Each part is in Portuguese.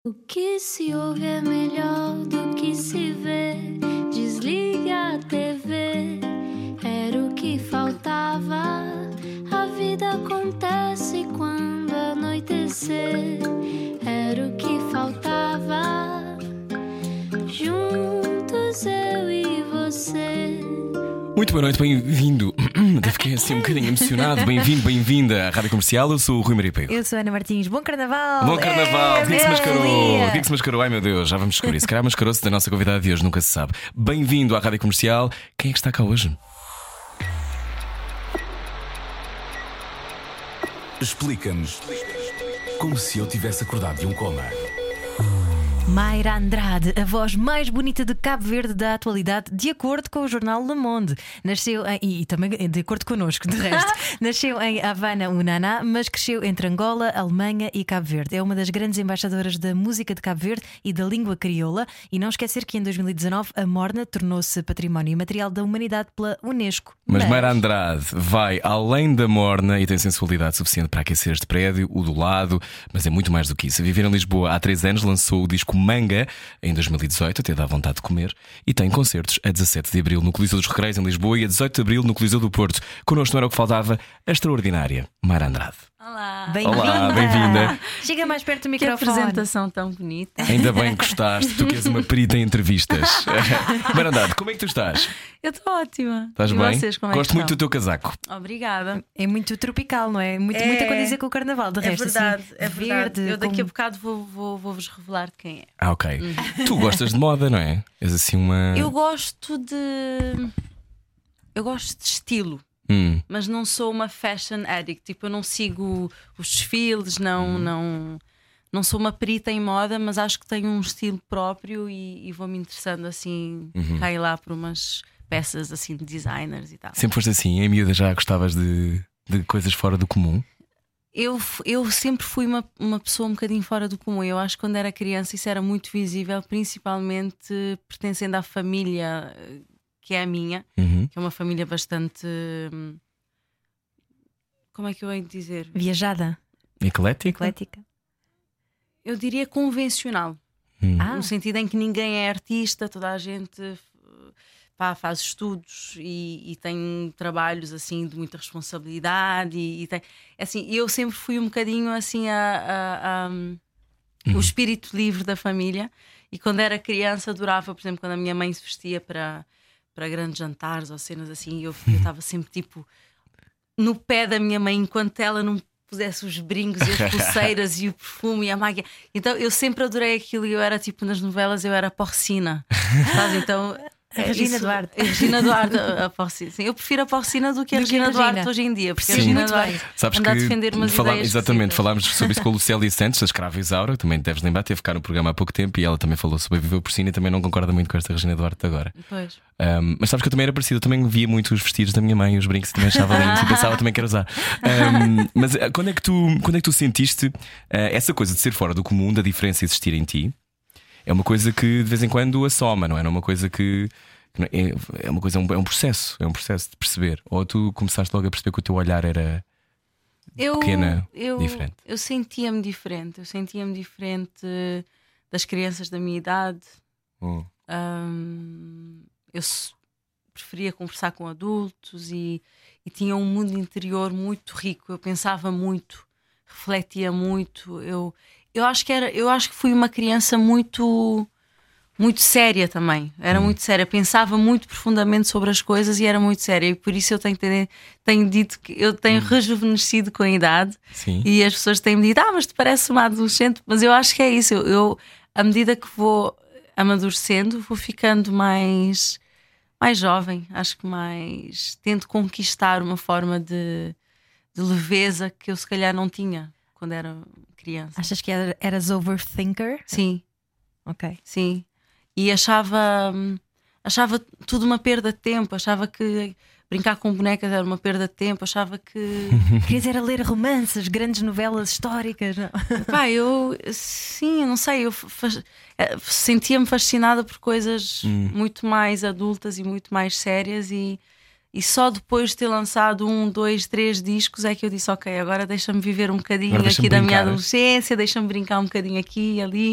O que se ouve é melhor do que se vê. Desliga a TV, era o que faltava. A vida acontece quando anoitecer. Era o que faltava. Juntos eu e você. Muito boa noite, bem-vindo. Até fiquei assim um bocadinho emocionado. Bem-vindo, bem-vinda à Rádio Comercial. Eu sou o Rui Maria Pego. Eu sou a Ana Martins. Bom carnaval! Bom carnaval! O que é que se mascarou? dia. O que é que se mascarou? Ai meu Deus, já vamos descobrir. Se calhar mascarou-se da nossa convidada de hoje, nunca se sabe. Bem-vindo à Rádio Comercial. Quem é que está cá hoje? Explica-nos como se eu tivesse acordado de um coma. Mayra Andrade, a voz mais bonita de Cabo Verde da atualidade, de acordo com o jornal Le Monde. Nasceu e também de acordo connosco, de resto. Nasceu em Havana, Unaná, mas cresceu entre Angola, Alemanha e Cabo Verde. É uma das grandes embaixadoras da música de Cabo Verde e da língua crioula. E não esquecer que em 2019 a Morna tornou-se património imaterial da humanidade pela Unesco. Mas Mayra Andrade vai além da morna e tem sensualidade suficiente para aquecer este prédio, o do lado, mas é muito mais do que isso. A viver em Lisboa há 3 anos, lançou o disco Manga em 2018, até dá vontade de comer, e tem concertos a 17 de Abril no Coliseu dos Recreios em Lisboa e a 18 de Abril no Coliseu do Porto. Connosco não era o que faltava, a extraordinária Mayra Andrade. Olá! Bem-vinda. Olá, bem-vinda. Chega mais perto do Que microfone. apresentação tão bonita. Ainda bem que gostaste, tu que és uma perita em entrevistas. Mayra Andrade, como é que tu estás? Eu estou ótima. Estás E bem? vocês, como é Gosto que muito do estão? teu casaco. Obrigada. É muito tropical, não é? Muito a condizer com o carnaval. De É resto, verdade, assim, é verdade. verde, Eu daqui com- a bocado vou-vos revelar de quem é. Ah, ok. Tu gostas de moda, não é? És assim uma. Eu gosto de. Eu gosto de estilo, mas não sou uma fashion addict. Tipo, eu não sigo os desfiles, não sou uma perita em moda, mas acho que tenho um estilo próprio e vou-me interessando assim, cá e lá por umas peças assim de designers e tal. Sempre foste assim, em miúda já gostavas de coisas fora do comum? Eu sempre fui uma pessoa um bocadinho fora do comum. Eu acho que quando era criança isso era muito visível, principalmente pertencendo à família que é a minha, que é uma família bastante. Como é que eu hei de dizer? Viajada, Eclético? eclética. Eu diria convencional. No sentido em que ninguém é artista, toda a gente faz estudos e tem trabalhos assim de muita responsabilidade e tem, assim, eu sempre fui um bocadinho assim o espírito livre da família, e quando era criança adorava, por exemplo, quando a minha mãe se vestia para grandes jantares ou cenas assim, eu estava sempre tipo no pé da minha mãe enquanto ela não pusesse os brincos e as pulseiras e o perfume e a maquiagem. Então eu sempre adorei aquilo e eu era tipo nas novelas, eu era a Porcina, sabe? Então A Regina Duarte. A Regina Duarte, a Porcina. Sim, eu prefiro a Porcina do que a Do que a Regina Regina. Duarte hoje em dia, porque a Sim, Regina muito Duarte bem. Sabes anda a que defender umas ideias exatamente, esquisitas. falámos sobre isso com a Lucélia Santos, a escrava Isaura, também deves lembrar, teve cá no programa há pouco tempo e ela também falou sobre a Viva Porcina e também não concorda muito com esta Regina Duarte agora. Pois. Mas sabes que eu também era parecido, eu também via muito os vestidos da minha mãe, os brincos, e também achava lindos e pensava também quero usar. Mas quando é que tu sentiste essa coisa de ser fora do comum, da diferença existir em ti? É uma coisa que de vez em quando assoma, não é? Não é uma coisa que é uma coisa, é um processo de perceber. Ou tu começaste logo a perceber que o teu olhar era pequena, diferente? Eu sentia-me diferente. Eu sentia-me diferente das crianças da minha idade. Preferia conversar com adultos e tinha um mundo interior muito rico. Eu pensava muito, refletia muito. Eu acho que fui uma criança muito séria também. Era muito séria. Pensava muito profundamente sobre as coisas e era muito séria. E por isso eu tenho dito que eu tenho rejuvenescido com a idade. Sim. E as pessoas têm-me dito: mas tu pareces uma adolescente. Mas eu acho que é isso. Eu à medida que vou amadurecendo, vou ficando mais jovem. Acho que mais tento conquistar uma forma de leveza que eu se calhar não tinha quando era criança. Achas que eras overthinker? Sim, Ok. sim. E achava tudo uma perda de tempo. Achava que brincar com bonecas era uma perda de tempo. Achava que Querias era ler romances, grandes novelas históricas, não? pá, eu não sei, sentia-me fascinada por coisas muito mais adultas e muito mais sérias, e só depois de ter lançado 1, 2, 3 discos é que eu disse: ok, agora deixa-me viver um bocadinho Agora deixa-me aqui da minha brincar. adolescência, deixa-me brincar um bocadinho aqui e ali.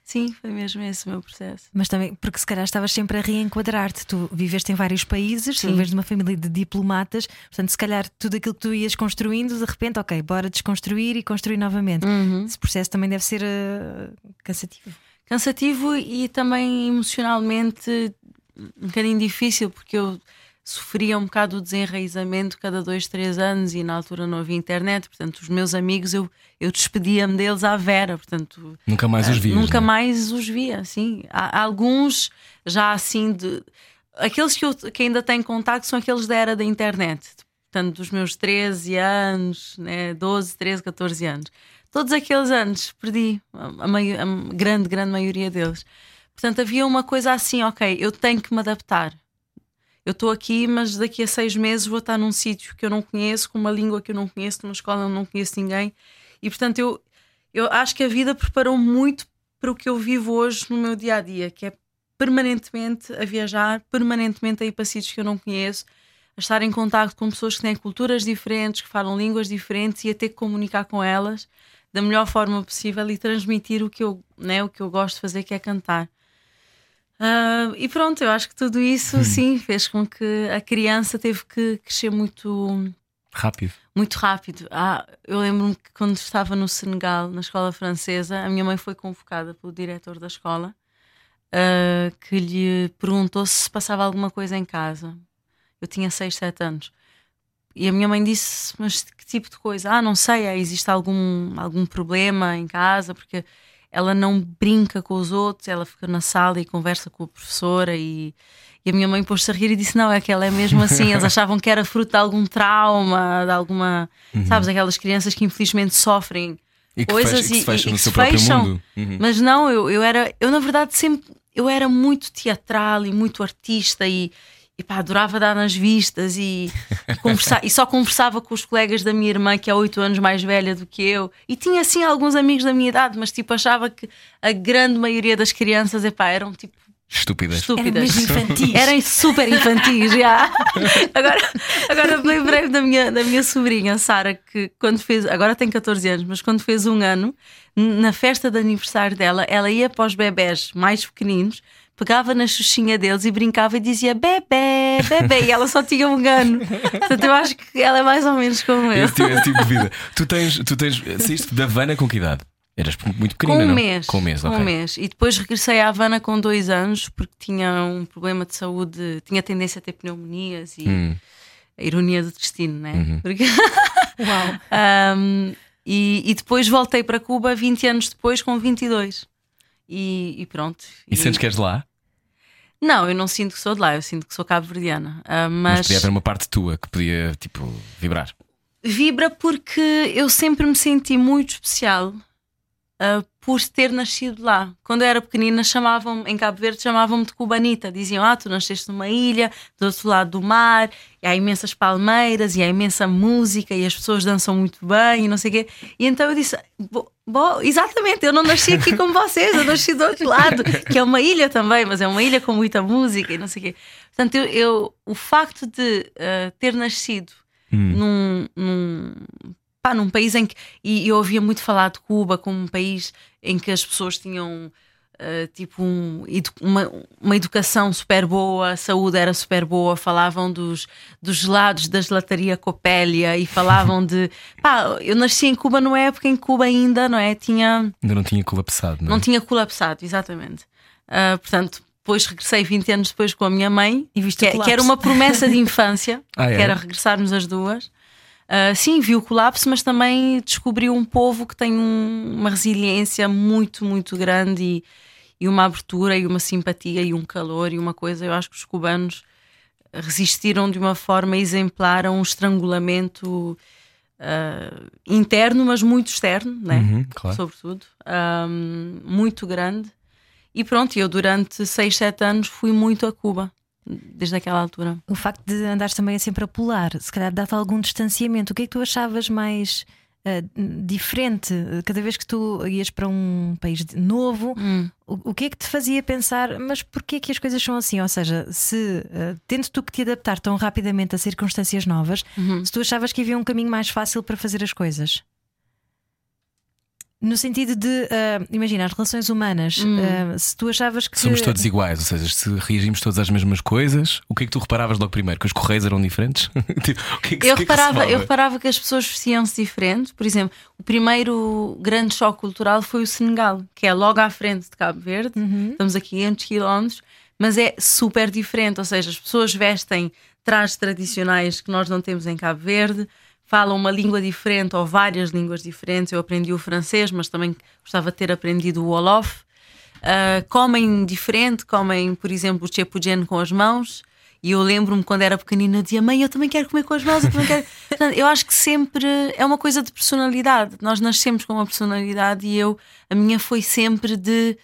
Sim, foi mesmo esse o meu processo. Mas também, porque se calhar estavas sempre a reenquadrar-te. Tu viveste em vários países, tu viveste de uma família de diplomatas, portanto, se calhar tudo aquilo que tu ias construindo, de repente, ok, bora desconstruir e construir novamente. Esse processo também deve ser cansativo. Cansativo e também emocionalmente um bocadinho difícil, porque eu sofria um bocado o desenraizamento cada 2, 3 anos e na altura não havia internet, portanto os meus amigos eu despedia-me deles à vera, portanto nunca mais os via. Nunca mais os via, sim. Há alguns já assim aqueles que ainda tenho contacto são aqueles da era da internet, portanto dos meus 13 anos, né, 12, 13, 14 anos. Todos aqueles anos perdi a grande maioria deles. Portanto havia uma coisa assim, ok, eu tenho que me adaptar. Eu estou aqui, mas daqui a 6 meses vou estar num sítio que eu não conheço, com uma língua que eu não conheço, numa escola onde eu não conheço ninguém. E portanto eu acho que a vida preparou muito para o que eu vivo hoje no meu dia a dia, que é permanentemente a viajar, permanentemente a ir para sítios que eu não conheço, a estar em contacto com pessoas que têm culturas diferentes, que falam línguas diferentes e a ter que comunicar com elas da melhor forma possível e transmitir o que eu gosto de fazer, que é cantar. E pronto, eu acho que tudo isso sim fez com que a criança teve que crescer muito rápido. Muito rápido. Eu lembro-me que quando estava no Senegal, na escola francesa, a minha mãe foi convocada pelo diretor da escola, que lhe perguntou se passava alguma coisa em casa. Eu tinha 6, 7 anos. E a minha mãe disse: mas que tipo de coisa? Não sei, existe algum problema em casa? Porque ela não brinca com os outros, ela fica na sala e conversa com a professora. E a minha mãe pôs-se a rir e disse: não, é que ela é mesmo assim. Eles achavam que era fruto de algum trauma, de alguma. Sabes, aquelas crianças que infelizmente sofrem e que coisas que se fecham no que seu se próprio fecham. mundo. Mas não, eu na verdade sempre. Eu era muito teatral e muito artista e pá, adorava dar nas vistas e conversar, e só conversava com os colegas da minha irmã, que é 8 anos mais velha do que eu, e tinha assim alguns amigos da minha idade, mas tipo achava que a grande maioria das crianças eram tipo estúpidas. Eram mesmo infantis. Eram super infantis, já. Agora lembrei-me da minha sobrinha, Sara, que quando fez, agora tem 14 anos, mas quando fez 1 ano, na festa de aniversário dela, ela ia para os bebés mais pequeninos, pegava na xuxinha deles e brincava e dizia bebê, bebê, e ela só tinha 1 ano. Portanto, eu acho que ela é mais ou menos como eu. Esse tipo de vida. Tu tens saíste da Havana com que idade? Eras muito pequenina, com um não? mês, Com um mês, com ok. um mês. E depois regressei à Havana com 2 anos porque tinha um problema de saúde, tinha tendência a ter pneumonias e a ironia do destino, né? Porque... Uau! E depois voltei para Cuba 20 anos depois, com 22. E pronto. E sentes que és de lá? Não, eu não sinto que sou de lá, eu sinto que sou cabo-verdiana. Mas podia haver uma parte tua que podia, tipo, vibrar. Vibra porque eu sempre me senti muito especial por ter nascido lá. Quando eu era pequenina, em Cabo Verde, chamavam-me de cubanita. Diziam: tu nasceste numa ilha do outro lado do mar, e há imensas palmeiras e há imensa música e as pessoas dançam muito bem e não sei o quê. E então eu disse: exatamente, eu não nasci aqui como vocês, eu nasci do outro lado, que é uma ilha também, mas é uma ilha com muita música e não sei o quê. Portanto, o facto de ter nascido num país em que. E eu ouvia muito falar de Cuba como um país em que as pessoas tinham uma educação super boa, a saúde era super boa, falavam dos gelados da gelataria Copélia e falavam de. Eu nasci em Cuba numa época em que Cuba ainda, não é? Ainda não tinha colapsado, não é? Não tinha colapsado, exatamente. Portanto, depois regressei 20 anos depois com a minha mãe, e viste que era uma promessa de infância, que é? era regressarmos as duas. Sim, vi o colapso, mas também descobri um povo que tem uma resiliência muito, muito grande e uma abertura e uma simpatia e um calor e uma coisa. Eu acho que os cubanos resistiram de uma forma exemplar a um estrangulamento interno, mas muito externo, né? Claro. Sobretudo, muito grande. E pronto, eu durante 6, 7 anos fui muito a Cuba. Desde aquela altura. O facto de andares também sempre a pular, se calhar dá-te algum distanciamento. O que é que tu achavas mais diferente cada vez que tu ias para um país novo? O que é que te fazia pensar, mas porquê que as coisas são assim? Ou seja, se tendo tu que te adaptar tão rapidamente a circunstâncias novas, se tu achavas que havia um caminho mais fácil para fazer as coisas? No sentido de, imagina, as relações humanas, se tu achavas que. Somos todos iguais, ou seja, se reagimos todos às mesmas coisas, o que é que tu reparavas logo primeiro? Que os correios eram diferentes? Tipo, o que é que, Eu o que é que se reparava que as pessoas vestiam-se diferente. Por exemplo, o primeiro grande choque cultural foi o Senegal, que é logo à frente de Cabo Verde. Estamos aqui a 500 km, mas é super diferente. Ou seja, as pessoas vestem trajes tradicionais que nós não temos em Cabo Verde, falam uma língua diferente ou várias línguas diferentes. Eu aprendi o francês, mas também gostava de ter aprendido o Wolof. Comem diferente, comem, por exemplo, o tchepudjen com as mãos. E eu lembro-me quando era pequenina, eu dizia: mãe, eu também quero comer com as mãos, eu também quero. Portanto, eu acho que sempre é uma coisa de personalidade. Nós nascemos com uma personalidade e a minha foi sempre de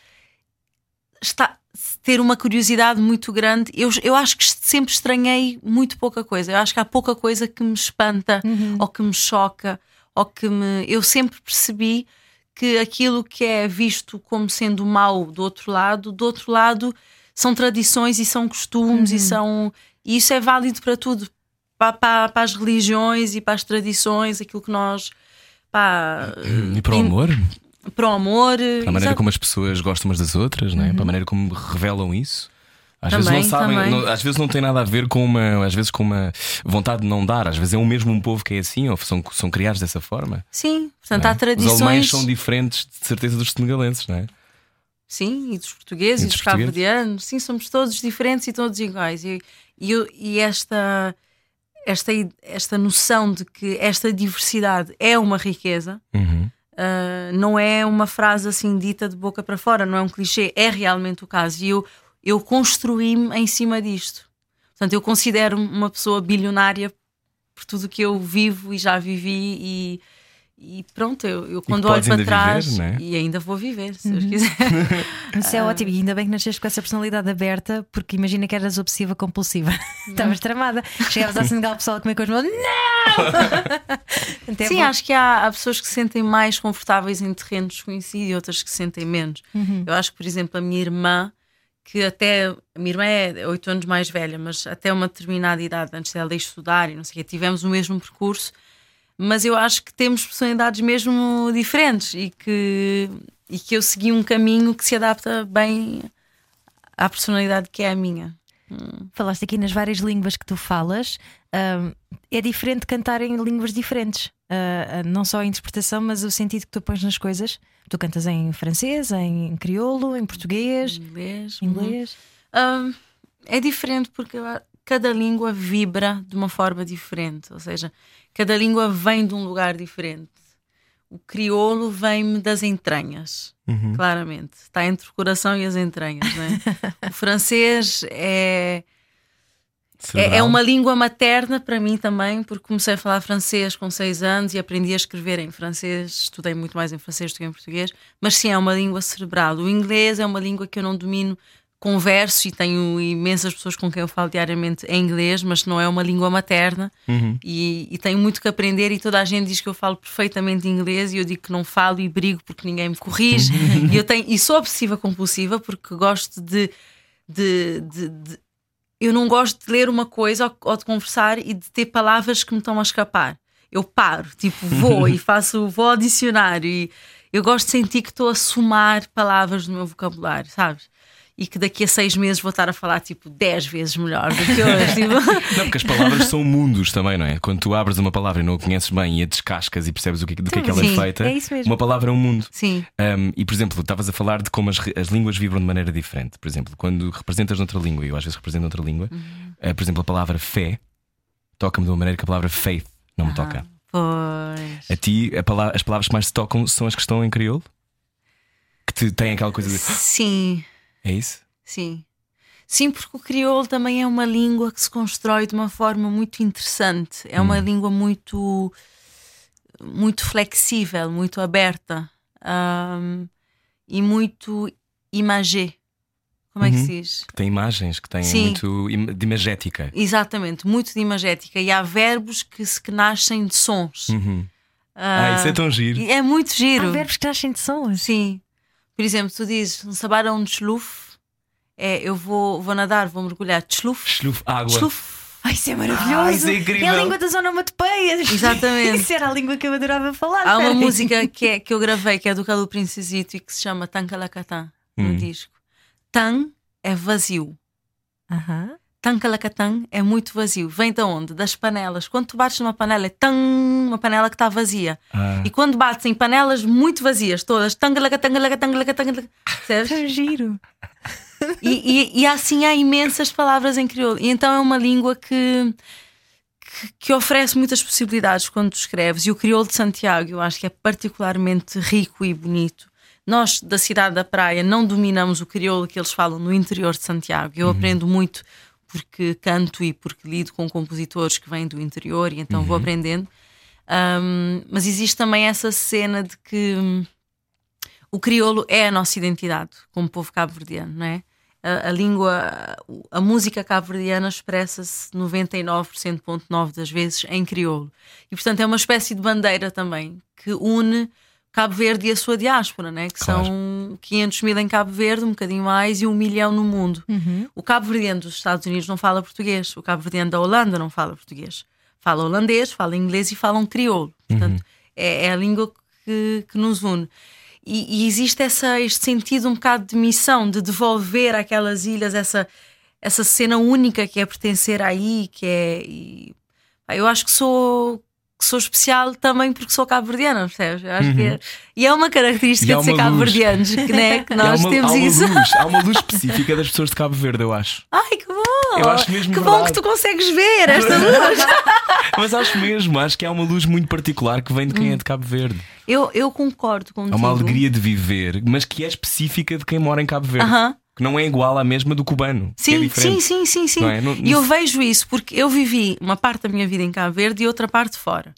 ter uma curiosidade muito grande. Eu acho que sempre estranhei muito pouca coisa. Eu acho que há pouca coisa que me espanta ou que me choca ou que me. Eu sempre percebi que aquilo que é visto como sendo mau do outro lado são tradições e são costumes e isso é válido para tudo, para as religiões e para as tradições, aquilo que nós. E para o amor? Para o amor, para a maneira como as pessoas gostam umas das outras, não é? Para a maneira como revelam isso. Às vezes não sabem, às vezes não tem nada a ver com uma vontade de não dar. Às vezes é o mesmo um povo que é assim, ou são criados dessa forma. Sim, portanto há tradições. Os alemães são diferentes, de certeza, dos senegalenses, não é? Sim, e dos portugueses e dos cabo-verdianos. Sim, somos todos diferentes e todos iguais. E esta noção de que esta diversidade é uma riqueza. Não é uma frase assim dita de boca para fora, não é um clichê, é realmente o caso. E eu construí-me em cima disto. Portanto, eu considero-me uma pessoa bilionária por tudo o que eu vivo e já vivi. E pronto, eu quando olho para trás viver, é? E ainda vou viver, se Deus quiser. Isso é ótimo, e ainda bem que nasceste com essa personalidade aberta, porque imagina que eras obsessiva compulsiva. Estavas tramada. Chegavas ao Senegal, o pessoal a comer com as mãos. Não! Sim, acho que há pessoas que se sentem mais confortáveis em terreno desconhecido e outras que se sentem menos. Eu acho que, por exemplo, a minha irmã é 8 anos mais velha, mas até uma determinada idade, antes dela ir estudar e não sei o quê, tivemos o mesmo percurso. Mas eu acho que temos personalidades mesmo diferentes e que eu segui um caminho que se adapta bem à personalidade que é a minha. Falaste aqui nas várias línguas que tu falas. É diferente cantar em línguas diferentes, não só a interpretação, mas o sentido que tu pões nas coisas. Tu cantas em francês, em crioulo, em português, inglês. É diferente porque cada língua vibra de uma forma diferente, ou seja, cada língua vem de um lugar diferente. O crioulo vem-me das entranhas, claramente. Está entre o coração e as entranhas, não é? O francês é uma língua materna para mim também, porque comecei a falar francês com 6 anos e aprendi a escrever em francês. Estudei muito mais em francês do que em português, mas sim, é uma língua cerebral. O inglês é uma língua que eu não domino. Converso e tenho imensas pessoas com quem eu falo diariamente em inglês, mas não é uma língua materna e tenho muito que aprender. E toda a gente diz que eu falo perfeitamente inglês e eu digo que não falo e brigo porque ninguém me corrige. E sou obsessiva compulsiva porque gosto de eu não gosto de ler uma coisa ou de conversar e de ter palavras que me estão a escapar. Eu paro, tipo vou ao dicionário e eu gosto de sentir que estou a somar palavras no meu vocabulário, sabes? E que daqui a 6 meses vou estar a falar tipo 10 vezes melhor do que hoje. Tipo. Não, porque as palavras são mundos também, não é? Quando tu abres uma palavra e não a conheces bem e a descascas e percebes do que é que ela é feita, uma palavra é um mundo. Sim. E por exemplo, estavas a falar de como as línguas vibram de maneira diferente. Por exemplo, quando representas noutra língua, e eu às vezes represento noutra língua, por exemplo, a palavra fé toca-me de uma maneira que a palavra faith não me toca. Pois. A ti, as palavras que mais te tocam são as que estão em crioulo? Que têm aquela coisa de. Sim. É isso? Sim. Sim, porque o crioulo também é uma língua que se constrói de uma forma muito interessante. É uma língua muito, muito flexível, muito aberta e muito imagé. Como é que se diz? Que tem imagens, que tem muito de imagética. Exatamente, muito de imagética. E há verbos que nascem de sons. Isso é tão giro. É muito giro. Há verbos que nascem de sons. Sim. Por exemplo, tu dizes um sabar a um tsluf, eu vou nadar, vou mergulhar, tsluf. Tsluf, água. Tsluf. Ai, isso é maravilhoso! Isso é incrível. É a língua das onomatopeias! Exatamente. Isso era a língua que eu adorava falar. Há uma peraí. música que eu gravei, que é do Calu Princesito, e que se chama Tankalakatan, no disco. Tan é vazio. Aham. Tankalakatan é muito vazio. Vem de onde? Das panelas. Quando tu bates numa panela, é tan, uma panela que está vazia. E quando bates em panelas muito vazias, todas, tankalakatan, percebes? Tão giro. E assim há imensas palavras em crioulo. E então é uma língua que oferece muitas possibilidades quando tu escreves. E o crioulo de Santiago eu acho que é particularmente rico e bonito. Nós da cidade da Praia não dominamos o crioulo que eles falam no interior de Santiago. Eu aprendo muito porque canto e porque lido com compositores que vêm do interior, e então vou aprendendo. Mas existe também essa cena de que o crioulo é a nossa identidade como povo cabo-verdiano, não é? A língua, a música cabo-verdiana expressa-se 99,9% das vezes em crioulo. E portanto é uma espécie de bandeira também que une Cabo Verde e a sua diáspora, né? Que Claro. são 500 mil em Cabo Verde, um bocadinho mais, e 1 milhão no mundo. O cabo-verdiano dos Estados Unidos não fala português, o cabo-verdiano da Holanda não fala português. Fala holandês, fala inglês e fala um crioulo. Portanto, é a língua que nos une. E existe este sentido um bocado de missão, de devolver àquelas ilhas essa cena única que é pertencer aí, que é... eu acho que sou especial também porque sou cabo-verdiana, percebes? Eu acho que e é uma característica E há de ser uma luz. cabo-verdianos, que E nós temos isso. Há uma luz específica das pessoas de Cabo Verde, eu acho. Ai, que bom! Eu acho mesmo que bom verdade. que tu consegues ver esta luz. Mas acho que há uma luz muito particular que vem de quem é de Cabo Verde. Eu concordo contigo. Há uma alegria de viver, mas que é específica de quem mora em Cabo Verde. Aham. Que não é igual à mesma do cubano. que é Sim, diferente. sim. Não é? E eu vejo isso porque eu vivi uma parte da minha vida em Cabo Verde e outra parte fora.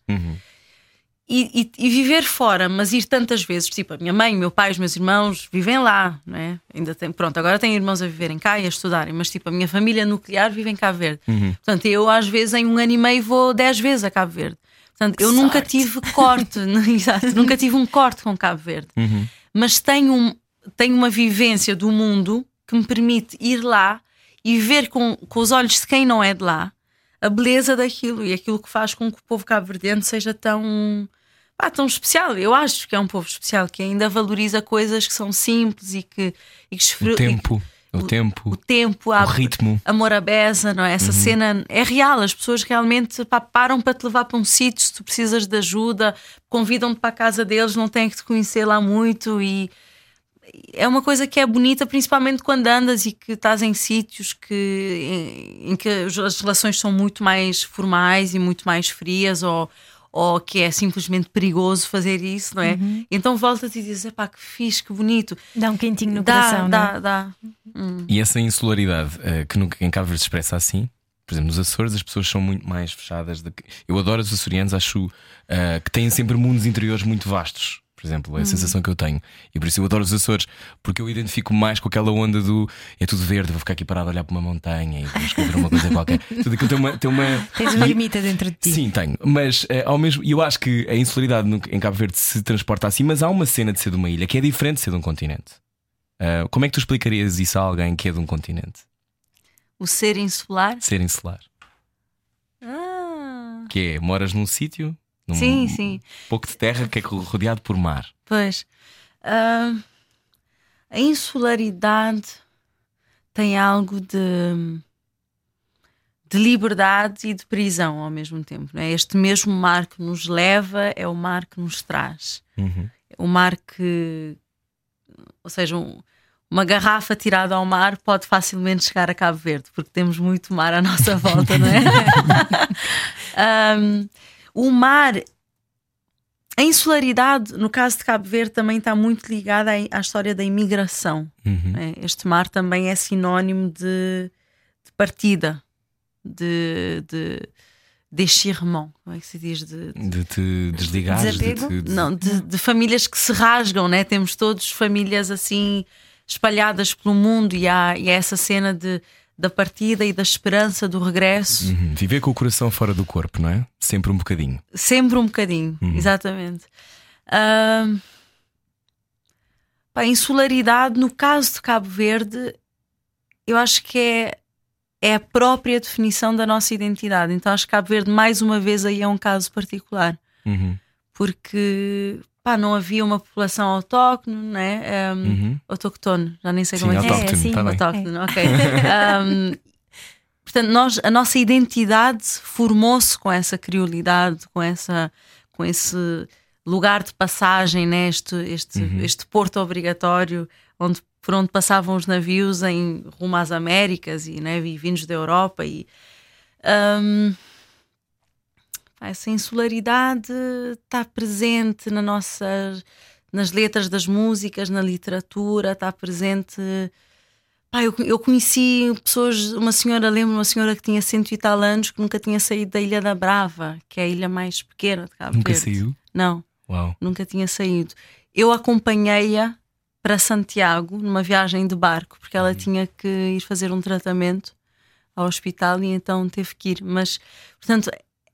E viver fora, mas ir tantas vezes, tipo a minha mãe, meu pai, os meus irmãos vivem lá, não é? Pronto, agora tenho irmãos a viverem cá e a estudarem, mas tipo a minha família nuclear vive em Cabo Verde. Portanto, eu às vezes em 1 ano e meio vou 10 vezes a Cabo Verde. Portanto, eu nunca tive corte, exato, nunca tive um corte com Cabo Verde, mas tenho uma vivência do mundo que me permite ir lá e ver com os olhos de quem não é de lá a beleza daquilo e aquilo que faz com que o povo cabo-verdiano seja tão especial. Eu acho que é um povo especial, que ainda valoriza coisas que são simples e que O tempo, o ritmo. a morabeza, não é? Essa cena é real. As pessoas realmente param para te levar para um sítio se tu precisas de ajuda, convidam-te para a casa deles, não têm que te conhecer lá muito. E é uma coisa que é bonita, principalmente quando andas e que estás em sítios em que as relações são muito mais formais e muito mais frias, ou que é simplesmente perigoso fazer isso, não é? Então volta-te e dizes: epá, que fixe, que bonito. Dá um quentinho no coração, não é? Dá. E essa insularidade que nunca em Cabo Verde se expressa assim. Por exemplo, nos Açores as pessoas são muito mais fechadas. Eu adoro os açorianos, acho que têm sempre mundos interiores muito vastos. Por exemplo, é a sensação que eu tenho. E por isso eu adoro os Açores, porque eu identifico mais com aquela onda do é tudo verde, vou ficar aqui parado a olhar para uma montanha e vou escrever uma coisa qualquer. Tudo aquilo tem uma. Tens uma ermita dentro de ti. Sim, tenho. Mas ao mesmo eu acho que a insularidade em Cabo Verde se transporta assim, mas há uma cena de ser de uma ilha que é diferente de ser de um continente. Como é que tu explicarias isso a alguém que é de um continente? O ser insular. Ser insular. Que é, moras num sítio, num Sim. pouco de terra que é rodeado por mar. Pois. A insularidade tem algo de liberdade e de prisão ao mesmo tempo, não é? Este mesmo mar que nos leva é o mar que nos traz. O mar que... Ou seja, uma garrafa tirada ao mar pode facilmente chegar a Cabo Verde, porque temos muito mar à nossa volta, não é? O mar, a insularidade, no caso de Cabo Verde, também está muito ligada à história da imigração. Né? Este mar também é sinónimo de partida, de déchirement, como é que se diz? De te desligares, Desapego? Não, de famílias que se rasgam, né? Temos todos famílias assim espalhadas pelo mundo e há essa cena da partida e da esperança do regresso. Viver com o coração fora do corpo, não é? Sempre um bocadinho. Sempre um bocadinho, exatamente. A insularidade, no caso de Cabo Verde, eu acho que é é a própria definição da nossa identidade. Então acho que Cabo Verde, mais uma vez, aí é um caso particular. Porque não havia uma população autóctone, né? Autoctone, já nem sei como é que autóctone, sim. tá bem. Autóctone, ok. Portanto, a nossa identidade formou-se com essa criolidade, com esse lugar de passagem, né? este porto obrigatório por onde passavam os navios rumo às Américas e vindos da Europa. Essa insularidade está presente nas letras das músicas, na literatura, está presente. Eu conheci uma senhora que tinha 100 e tal anos, que nunca tinha saído da Ilha da Brava, que é a ilha mais pequena de Cabo Verde. Nunca saiu? Não, Uau. Nunca tinha saído. Eu acompanhei-a para Santiago numa viagem de barco, porque ela tinha que ir fazer um tratamento ao hospital e então teve que ir. Mas, portanto,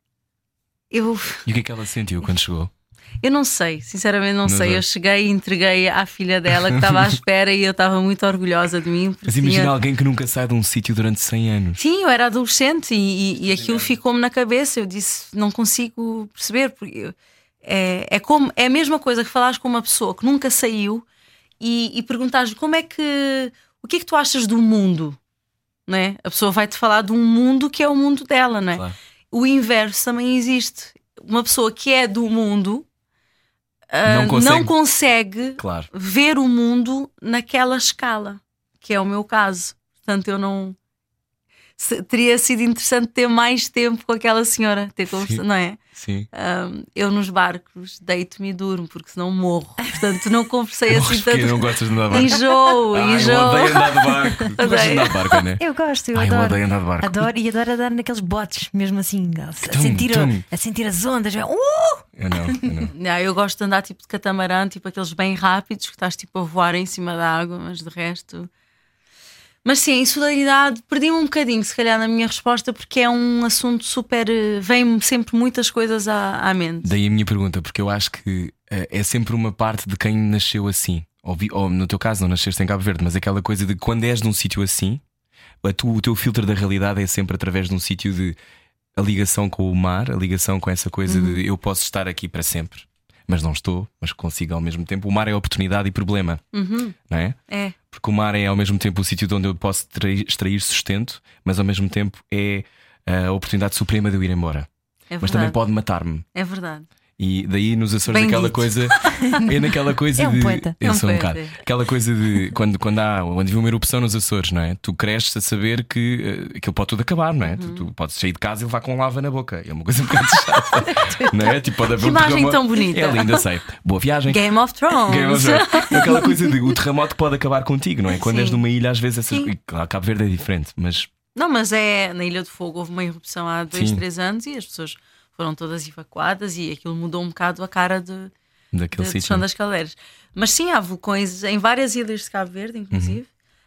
E o que é que ela sentiu quando chegou? eu não sei, sinceramente não sei. Eu cheguei e entreguei à filha dela que estava à espera e eu estava muito orgulhosa de mim. Mas imagina alguém que nunca sai de um sítio durante 100 anos. Sim, eu era adolescente e aquilo ficou-me na cabeça. Eu disse, não consigo perceber, porque é a mesma coisa que falares com uma pessoa que nunca saiu e perguntares o que é que tu achas do mundo, não é? A pessoa vai-te falar de um mundo que é o mundo dela, não é? Claro. O inverso também existe. Uma pessoa que é do mundo não consegue Claro. ver o mundo naquela escala, que é o meu caso. Portanto, eu não. Teria sido interessante ter mais tempo com aquela senhora, ter conversado, não é? Sim. Eu nos barcos deito-me e durmo, porque senão morro. Portanto, não conversei assim tanto. Não gostas de andar de barco? Enjoo. Eu odeio andar de barco. Tu gostas de andar de barco, não é? Eu gosto, eu Eu adoro. odeio andar de barco. Adoro andar naqueles botes, mesmo assim, a sentir as ondas. Eu não. Não, eu gosto de andar tipo de catamarã, tipo aqueles bem rápidos, que estás tipo a voar em cima da água, mas de resto. Mas sim, a insularidade, perdi-me um bocadinho, se calhar, na minha resposta, porque é um assunto super. Vem-me sempre muitas coisas à mente. Daí a minha pergunta, porque eu acho que é sempre uma parte de quem nasceu assim. Ou no teu caso, não nasceste em Cabo Verde, mas aquela coisa de quando és de um sítio assim, o teu filtro da realidade é sempre através de um sítio de a ligação com o mar, a ligação com essa coisa de eu posso estar aqui para sempre, mas não estou, mas consigo ao mesmo tempo. O mar é oportunidade e problema, não é? É. Porque o mar é ao mesmo tempo o sítio de onde eu posso extrair sustento, mas ao mesmo tempo é a oportunidade suprema de eu ir embora. É verdade. Mas também pode matar-me. É verdade. E daí nos Açores Bem aquela dito. coisa é naquela coisa É um de poeta. eu É um sou um poeta. bocado. Aquela coisa de quando havia uma erupção nos Açores, não é? Tu cresces a saber que aquilo pode tudo acabar, não é? Tu podes sair de casa e levar com lava na boca. É uma coisa um bocado chata, não é? Tipo, pode haver Que imagem terremoto. tão bonita. É linda, sei. Boa viagem. Game of Thrones. Game of Thrones. Aquela coisa de o terremoto pode acabar contigo, não é? Quando Sim. és numa ilha, às vezes essas. Sim. E, claro, Cabo Verde é diferente, mas Não, mas na Ilha do Fogo houve uma erupção há 2, Sim. 3 anos e as pessoas foram todas evacuadas e aquilo mudou um bocado a cara daquele do sítio. chão das caldeiras. Mas sim, há vulcões em várias ilhas de Cabo Verde, inclusive.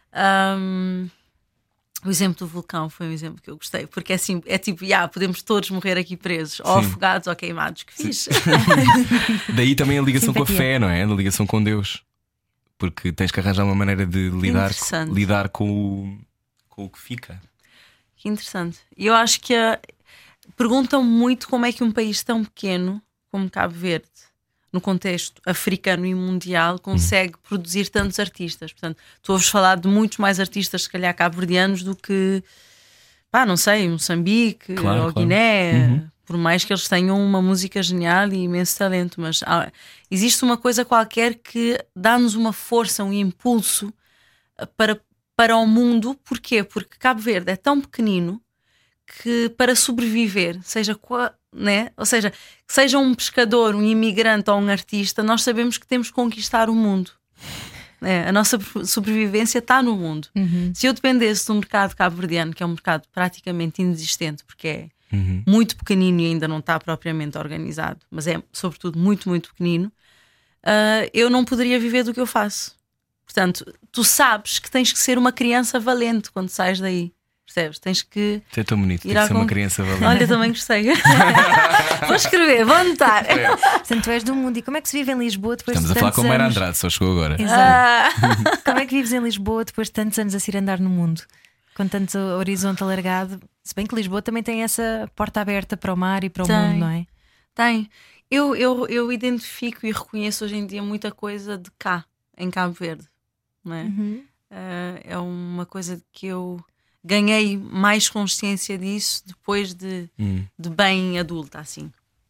O exemplo do vulcão foi um exemplo que eu gostei, porque é assim, é tipo, podemos todos morrer aqui presos, ou Sim. afogados ou queimados, que fixe. Daí também a ligação com a Simpatia. fé, não é? A ligação com Deus. Porque tens que arranjar uma maneira de Interessante. lidar com o que fica. Que interessante. E eu acho que perguntam muito como é que um país tão pequeno como Cabo Verde, no contexto africano e mundial, consegue produzir tantos artistas. Portanto, tu ouves falar de muitos mais artistas, se calhar cabo-verdianos, do que, não sei, Moçambique Claro, ou claro. Guiné. Por mais que eles tenham uma música genial e imenso talento, mas existe uma coisa qualquer que dá-nos uma força, um impulso para o mundo. Porquê? Porque Cabo Verde é tão pequenino que para sobreviver, ou seja, que seja um pescador, um imigrante ou um artista, nós sabemos que temos que conquistar o mundo. A nossa sobrevivência está no mundo. Se eu dependesse do mercado cabo-verdiano, que é um mercado praticamente inexistente, porque é muito pequenino e ainda não está propriamente organizado, mas é sobretudo muito, muito pequenino, eu não poderia viver do que eu faço. Portanto, tu sabes que tens que ser uma criança valente quando sais daí. Percebes? Tens que. Isso é tão bonito, tem ir que à ser uma con- criança valente. Olha, também gostei. Vou escrever, vou anotar. Portanto, tu és do mundo. E como é que se vive em Lisboa depois Estamos a de falar tantos com o Mayra anos? Andrade, só chegou agora. Exato. Como é que vives em Lisboa depois de tantos anos a se ir andar no mundo? com tanto horizonte alargado. Se bem que Lisboa também tem essa porta aberta para o mar e para o Tem. mundo, não é? Tem. Eu identifico e reconheço hoje em dia muita coisa de cá, em Cabo Verde, não é? É uma coisa que eu ganhei mais consciência disso depois de bem adulta, assim.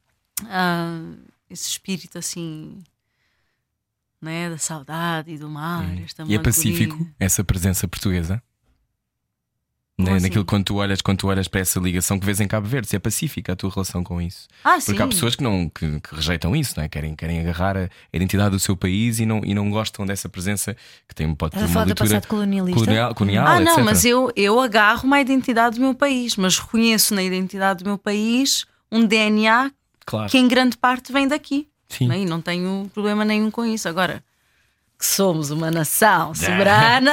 Esse espírito assim, não é? Da saudade e do mar. Esta E é pacífico melancolia. essa presença portuguesa? Como Né? assim? Naquilo quando tu olhas para essa ligação que vês em Cabo Verde, se é pacífica a tua relação com isso. Porque Sim. há pessoas que rejeitam isso, não é? Querem agarrar a identidade do seu país e não gostam dessa presença que pode ter Estás a uma falar do leitura passado colonialista? colonial, Não, etc. mas eu agarro-me à identidade do meu país, mas reconheço na identidade do meu país um DNA Claro. que em grande parte vem daqui. Sim. E não tenho problema nenhum com isso. Agora, que somos uma nação soberana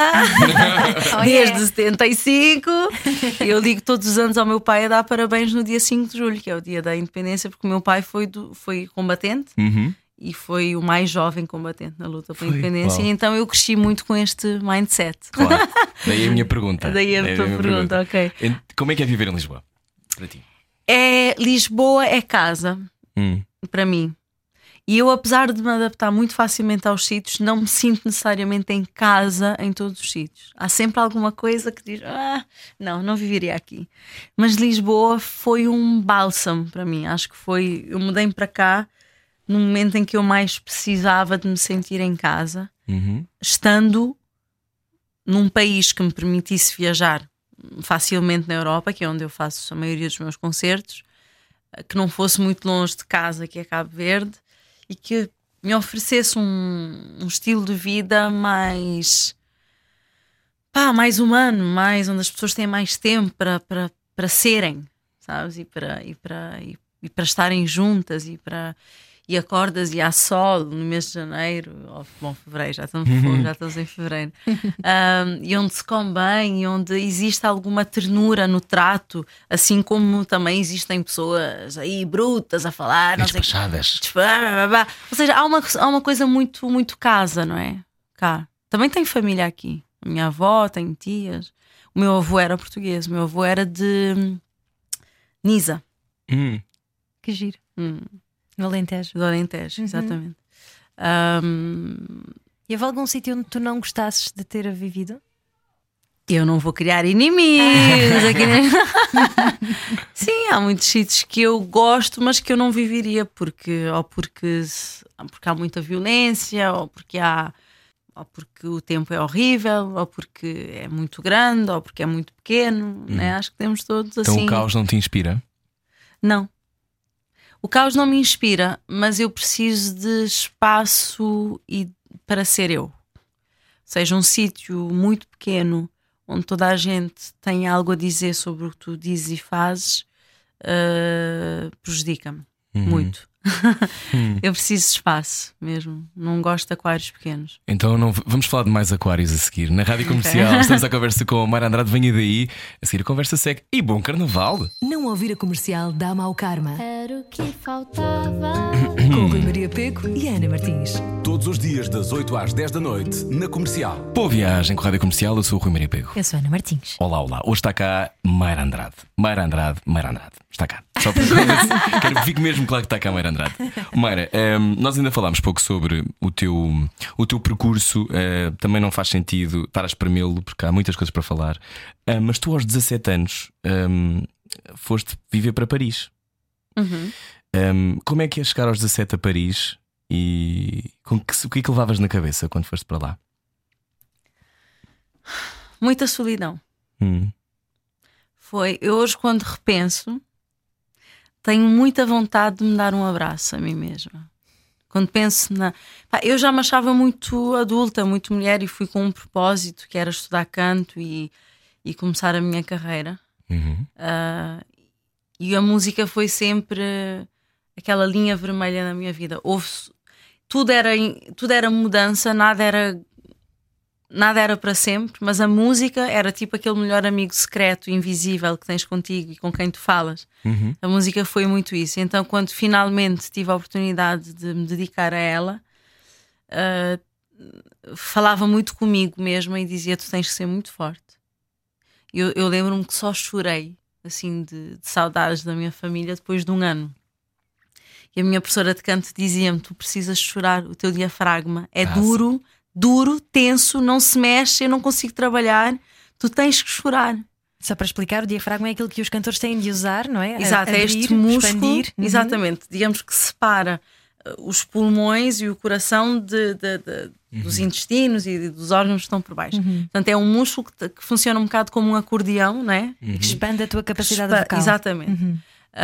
desde 75, eu ligo todos os anos ao meu pai a dar parabéns no dia 5 de julho, que é o dia da independência, porque o meu pai foi combatente e foi o mais jovem combatente na luta pela independência, Uau. e então eu cresci muito com este mindset. Claro. Daí a minha pergunta. Daí a tua minha pergunta, ok. Como é que é viver em Lisboa? Para ti? Lisboa é casa, para mim. E eu, apesar de me adaptar muito facilmente aos sítios, não me sinto necessariamente em casa em todos os sítios. Há sempre alguma coisa que diz: não viveria aqui. Mas Lisboa foi um bálsamo para mim. Acho que foi. Eu mudei para cá no momento em que eu mais precisava de me sentir em casa, estando num país que me permitisse viajar facilmente na Europa, que é onde eu faço a maioria dos meus concertos, que não fosse muito longe de casa, que é Cabo Verde, e que me oferecesse um estilo de vida mais humano, onde as pessoas têm mais tempo para serem, sabes? E para estarem juntas e acordas e há sol no mês de janeiro, fevereiro, já estamos em fevereiro, e onde se come bem, e onde existe alguma ternura no trato, assim como também existem pessoas aí brutas a falar, não sei, Despachadas. ou seja, há uma coisa muito, muito casa, não é? Cá. Também tenho família aqui, a minha avó, tenho tias, o meu avô era português, o meu avô era de Nisa. Que giro. No Alentejo. Do Alentejo, exatamente. E houve algum sítio onde tu não gostasses de ter vivido? Eu não vou criar inimigos aqui. Sim, há muitos sítios que eu gosto, mas que eu não viveria porque há muita violência, ou porque o tempo é horrível, ou porque é muito grande, ou porque é muito pequeno, né? Acho que temos todos Então assim. o caos não te inspira? Não. O caos não me inspira, mas eu preciso de espaço para ser eu. Ou seja, um sítio muito pequeno onde toda a gente tem algo a dizer sobre o que tu dizes e fazes, prejudica-me muito. Eu preciso de espaço mesmo. Não gosto de aquários pequenos. Então vamos falar de mais aquários a seguir. Na Rádio Comercial estamos à conversa com a Mayra Andrade. Venha daí. A seguir a conversa segue. E bom carnaval! Não ouvir a Comercial dá mau karma. Era o que faltava. Com Rui Maria Pego e Ana Martins. Todos os dias das 8 às 10 da noite, na Comercial. Boa viagem com a Rádio Comercial. Eu sou o Rui Maria Pego. Eu sou Ana Martins. Olá. Hoje está cá Mayra Andrade. Mayra Andrade. Está cá. Só para quero que fique mesmo claro que está cá a Mayra Andrade. Mayra, nós ainda falámos pouco sobre o teu percurso. Também não faz sentido estar a espremê-lo porque há muitas coisas para falar. Mas tu aos 17 anos foste viver para Paris. Como é que é chegar aos 17 a Paris? E o que é que levavas na cabeça quando foste para lá? Muita solidão. Eu hoje, quando repenso, tenho muita vontade de me dar um abraço a mim mesma. Quando penso eu já me achava muito adulta, muito mulher, e fui com um propósito que era estudar canto e começar a minha carreira. E a música foi sempre aquela linha vermelha na minha vida. Tudo era mudança, nada era para sempre, mas a música era tipo aquele melhor amigo secreto, invisível que tens contigo e com quem tu falas. A música foi muito isso. Então, quando finalmente tive a oportunidade de me dedicar a ela, falava muito comigo mesma e dizia: tu tens que ser muito forte. Eu lembro-me que só chorei assim de saudades da minha família depois de um ano. E a minha professora de canto dizia-me: tu precisas chorar, o teu diafragma é duro, tenso, não se mexe, eu não consigo trabalhar, tu tens que chorar. Só para explicar, o diafragma é aquilo que os cantores têm de usar, não é? Exato, Abrir, é este músculo, expandir. exatamente, digamos que separa os pulmões e o coração dos intestinos e dos órgãos que estão por baixo. Portanto, é um músculo que funciona um bocado como um acordeão, não é? Que expande a tua capacidade vocal. Exatamente.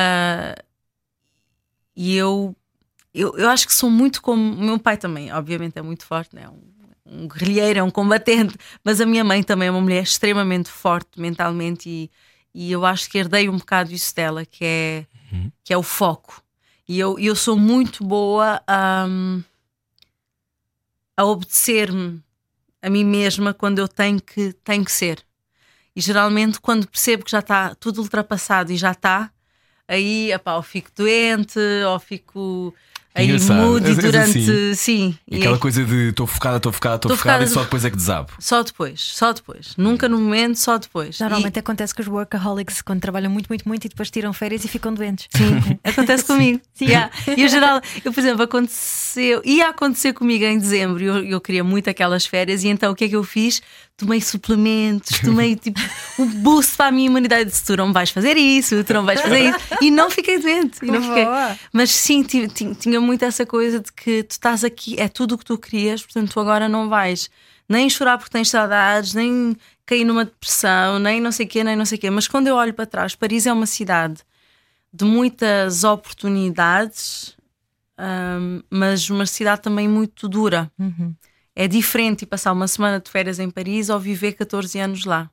E eu acho que sou muito como. O meu pai também, obviamente, é muito forte, né? Um guerrilheiro, é um combatente, mas a minha mãe também é uma mulher extremamente forte mentalmente, e eu acho que herdei um bocado isso dela, que é o foco. E eu sou muito boa a obedecer-me a mim mesma quando eu tenho que ser. E geralmente, quando percebo que já está tudo ultrapassado e já está, aí ou fico doente, ou fico aí mude durante. Assim. Sim. E aquela coisa de estou focada e só depois é que desabo. Só depois. Nunca no momento, só depois. Normalmente acontece com os workaholics quando trabalham muito e depois tiram férias e ficam doentes. Sim, acontece comigo. Sim. Yeah. E em geral, por exemplo, ia acontecer comigo em dezembro. Eu queria muito aquelas férias, e então o que é que eu fiz? Tomei suplementos, tomei tipo um boost para a minha imunidade. Disse: tu não vais fazer isso, tu não vais fazer isso. E não fiquei doente. Mas sim, tinha muito essa coisa de que tu estás aqui, é tudo o que tu querias, portanto tu agora não vais nem chorar porque tens saudades, nem cair numa depressão, nem não sei o quê. Mas quando eu olho para trás, Paris é uma cidade de muitas oportunidades, mas uma cidade também muito dura. É diferente passar uma semana de férias em Paris ou viver 14 anos lá.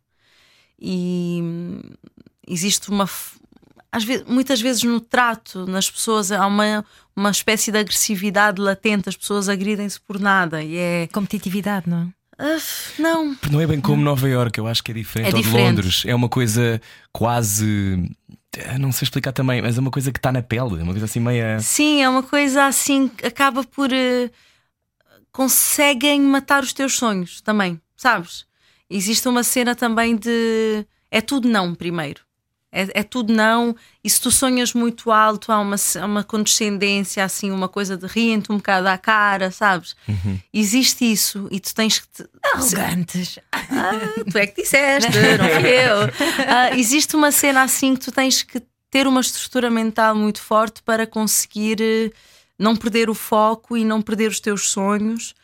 E existe muitas vezes no trato, nas pessoas, há uma espécie de agressividade latente. As pessoas agridem-se por nada. E é competitividade, não é? Não é bem como Nova Iorque, eu acho que é diferente. Ou de Londres. É uma coisa quase. Não sei explicar também, mas é uma coisa que está na pele. É uma coisa assim meia. Sim, é uma coisa assim que acaba por. Conseguem matar os teus sonhos também, sabes? Existe uma cena também de. É tudo não, primeiro. É tudo não. E se tu sonhas muito alto, há uma condescendência, assim, uma coisa de riem-te um bocado à cara, sabes? Existe isso e tu tens que. Arrogantes. Tu é que disseste, não fui eu. Existe uma cena assim que tu tens que ter uma estrutura mental muito forte para conseguir não perder o foco e não perder os teus sonhos.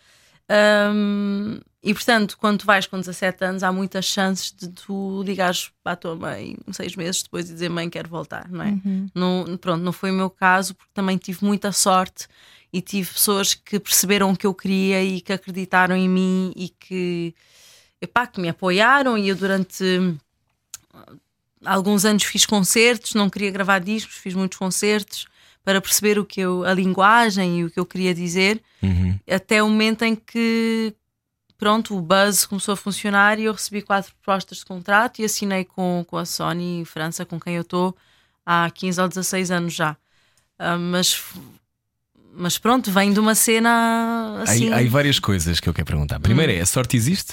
E portanto, quando tu vais com 17 anos, há muitas chances de tu ligares para a tua mãe 6 meses depois e dizer: mãe, quero voltar, não é? Não foi o meu caso, porque também tive muita sorte e tive pessoas que perceberam o que eu queria e que acreditaram em mim e que me apoiaram. E eu durante alguns anos fiz concertos, não queria gravar discos, fiz muitos concertos para perceber a linguagem e o que eu queria dizer, até o momento em que o buzz começou a funcionar e eu recebi 4 propostas de contrato e assinei com a Sony França, com quem eu estou há 15 ou 16 anos já. Mas pronto, vem de uma cena assim. Há várias coisas que eu quero perguntar. Primeiro a sorte existe?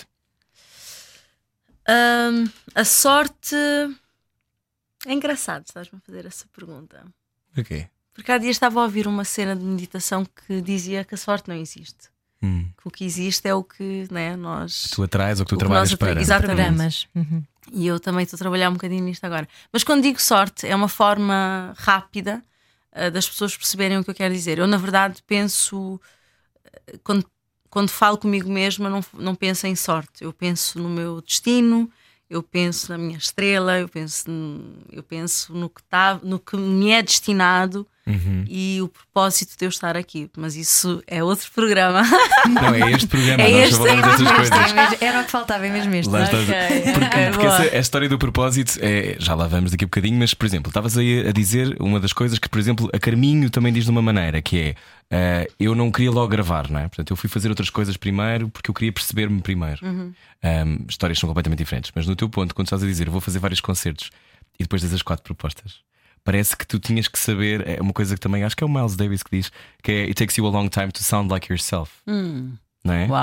A sorte é engraçado, estás-me a fazer essa pergunta. Porquê? Porque há dias estava a ouvir uma cena de meditação que dizia que a sorte não existe. Que o que existe é o que nós. Tu atrás ou que tu trabalhas para. Exatamente. E eu também estou a trabalhar um bocadinho nisto agora. Mas quando digo sorte, é uma forma rápida das pessoas perceberem o que eu quero dizer. Eu, na verdade, penso. Quando falo comigo mesma, não penso em sorte. Eu penso no meu destino. Eu penso na minha estrela, eu penso no que me é destinado e o propósito de eu estar aqui. Mas isso é outro programa. Não, é este programa, nós só falamos dessas coisas. Era o que faltava, é mesmo isto. Lá estás. Porque a história do propósito já lá vamos daqui a bocadinho. Mas, por exemplo, estavas aí a dizer uma das coisas que, por exemplo, a Carminho também diz de uma maneira, que é: eu não queria logo gravar, não é? Portanto, eu fui fazer outras coisas primeiro porque eu queria perceber-me primeiro. Histórias são completamente diferentes. Mas no teu ponto, quando estás a dizer: eu vou fazer vários concertos e depois das 4 propostas, parece que tu tinhas que saber. É uma coisa que também acho que é o Miles Davis que diz, que é: it takes you a long time to sound like yourself. Não é? Uau,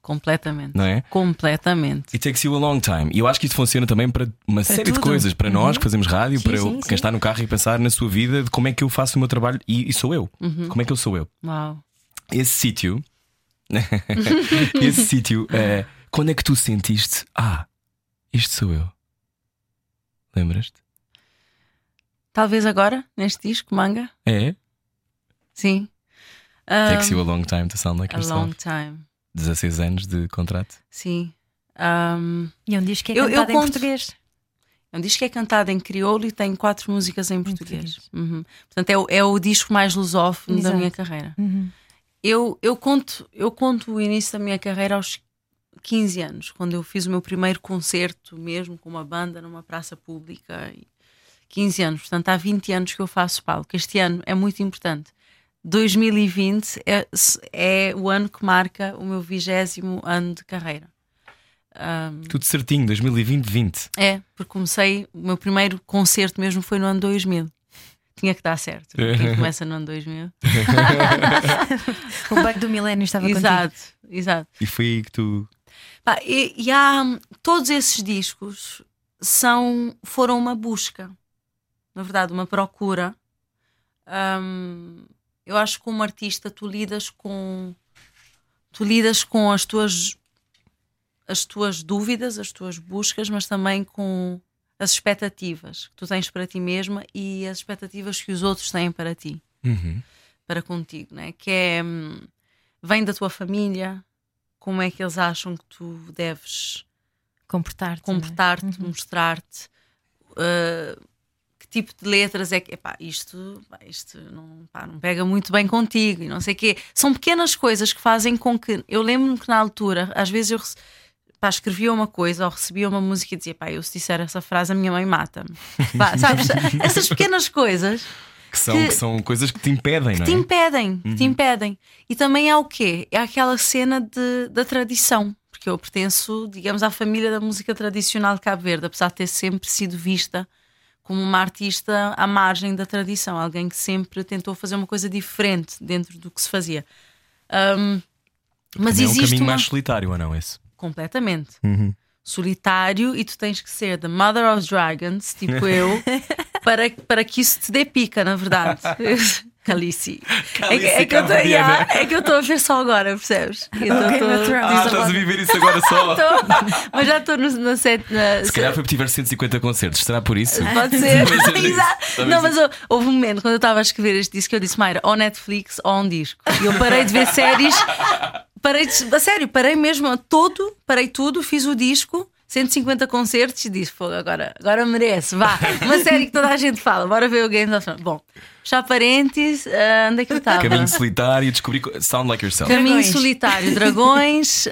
Completamente. não é? Completamente. It takes you a long time. E eu acho que isso funciona também para uma série de tudo. coisas. Para nós que fazemos rádio, Sim, para sim, quem sim. está no carro e pensar na sua vida de como é que eu faço o meu trabalho e sou eu. Como é que eu sou eu? Uau. Esse sítio. Esse sítio. Quando é que tu sentiste? Isto sou eu. Lembras-te? Talvez agora, neste disco, Manga. É? Sim. Takes you a long time to sound like A yourself. long time. 16 anos de contrato. Sim. E é um disco que é Eu cantado em conto- português. É um disco que é cantado em crioulo e tem 4 músicas em português. Portanto, é o disco mais lusófono da Exato. minha carreira. Uhum. Eu conto o início da minha carreira aos 15 anos, quando eu fiz o meu primeiro concerto mesmo com uma banda numa praça pública. 15 anos, portanto há 20 anos que eu faço palco. Este ano é muito importante. 2020 é o ano que marca o meu 20º ano de carreira. Tudo certinho, 2020. É, porque comecei, o meu primeiro concerto mesmo foi no ano 2000. Tinha que dar certo. Quem começa no ano 2000? O bug do milénio estava contigo. Exato. E foi aí que tu. Pá, e há todos esses discos foram uma busca, na verdade, uma procura. Eu acho que como artista tu lidas com as tuas dúvidas, as tuas buscas, mas também com as expectativas que tu tens para ti mesma e as expectativas que os outros têm para ti, para contigo, né? Vem da tua família, como é que eles acham que tu deves Comportar-te. comportar-te, mostrar-te, que tipo de letras é que isto não pega muito bem contigo e não sei o quê. São pequenas coisas que fazem com que eu lembro-me que na altura, às vezes eu escrevia uma coisa ou recebia uma música e dizia, eu se disser essa frase a minha mãe mata-me. Sabes? Essas pequenas coisas Que são coisas que te impedem, não é? que te impedem. E também há o quê? É aquela cena da tradição. Porque eu pertenço, digamos, à família da música tradicional de Cabo Verde, apesar de ter sempre sido vista como uma artista à margem da tradição, alguém que sempre tentou fazer uma coisa diferente dentro do que se fazia. Mas Também é um existe caminho uma... mais solitário, ou não? Esse? Completamente. Solitário, e tu tens que ser the mother of dragons, tipo eu, para que isso te dê pica, na verdade. Calice. É que eu estou a ver só agora, percebes? Estás a viver isso agora só. Mas já estou na set. Se calhar foi porque tiveste 150 concertos, será por isso? Pode ser. Talvez Exato. Não, mas houve um momento quando eu estava a escrever este disco que eu disse, Mayra, ou Netflix ou um disco. E eu parei de ver séries. Parei mesmo parei tudo, fiz o disco, 150 concertos e disse, agora merece, vá. Uma série que toda a gente fala, bora ver o Game of Thrones. Bom, já parênteses, onde é que eu estava? Caminho solitário, descobri Sound Like Yourself. Caminho Dragões. solitário, dragões.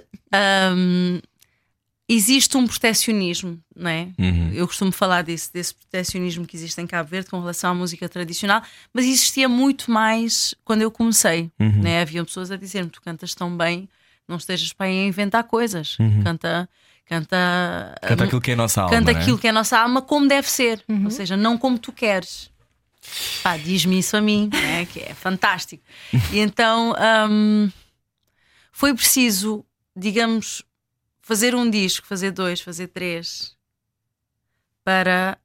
Existe um proteccionismo, não é? Eu costumo falar desse proteccionismo que existe em Cabo Verde com relação à música tradicional, mas existia muito mais quando eu comecei, né? Havia pessoas a dizer-me, tu cantas tão bem, não estejas para aí a inventar coisas, canta aquilo que é a nossa alma. canta não é? aquilo que é a nossa alma como deve ser, ou seja, não como tu queres. Diz-me isso a mim, né? Que é fantástico. E então foi preciso, digamos, fazer um disco, fazer 2, fazer 3, para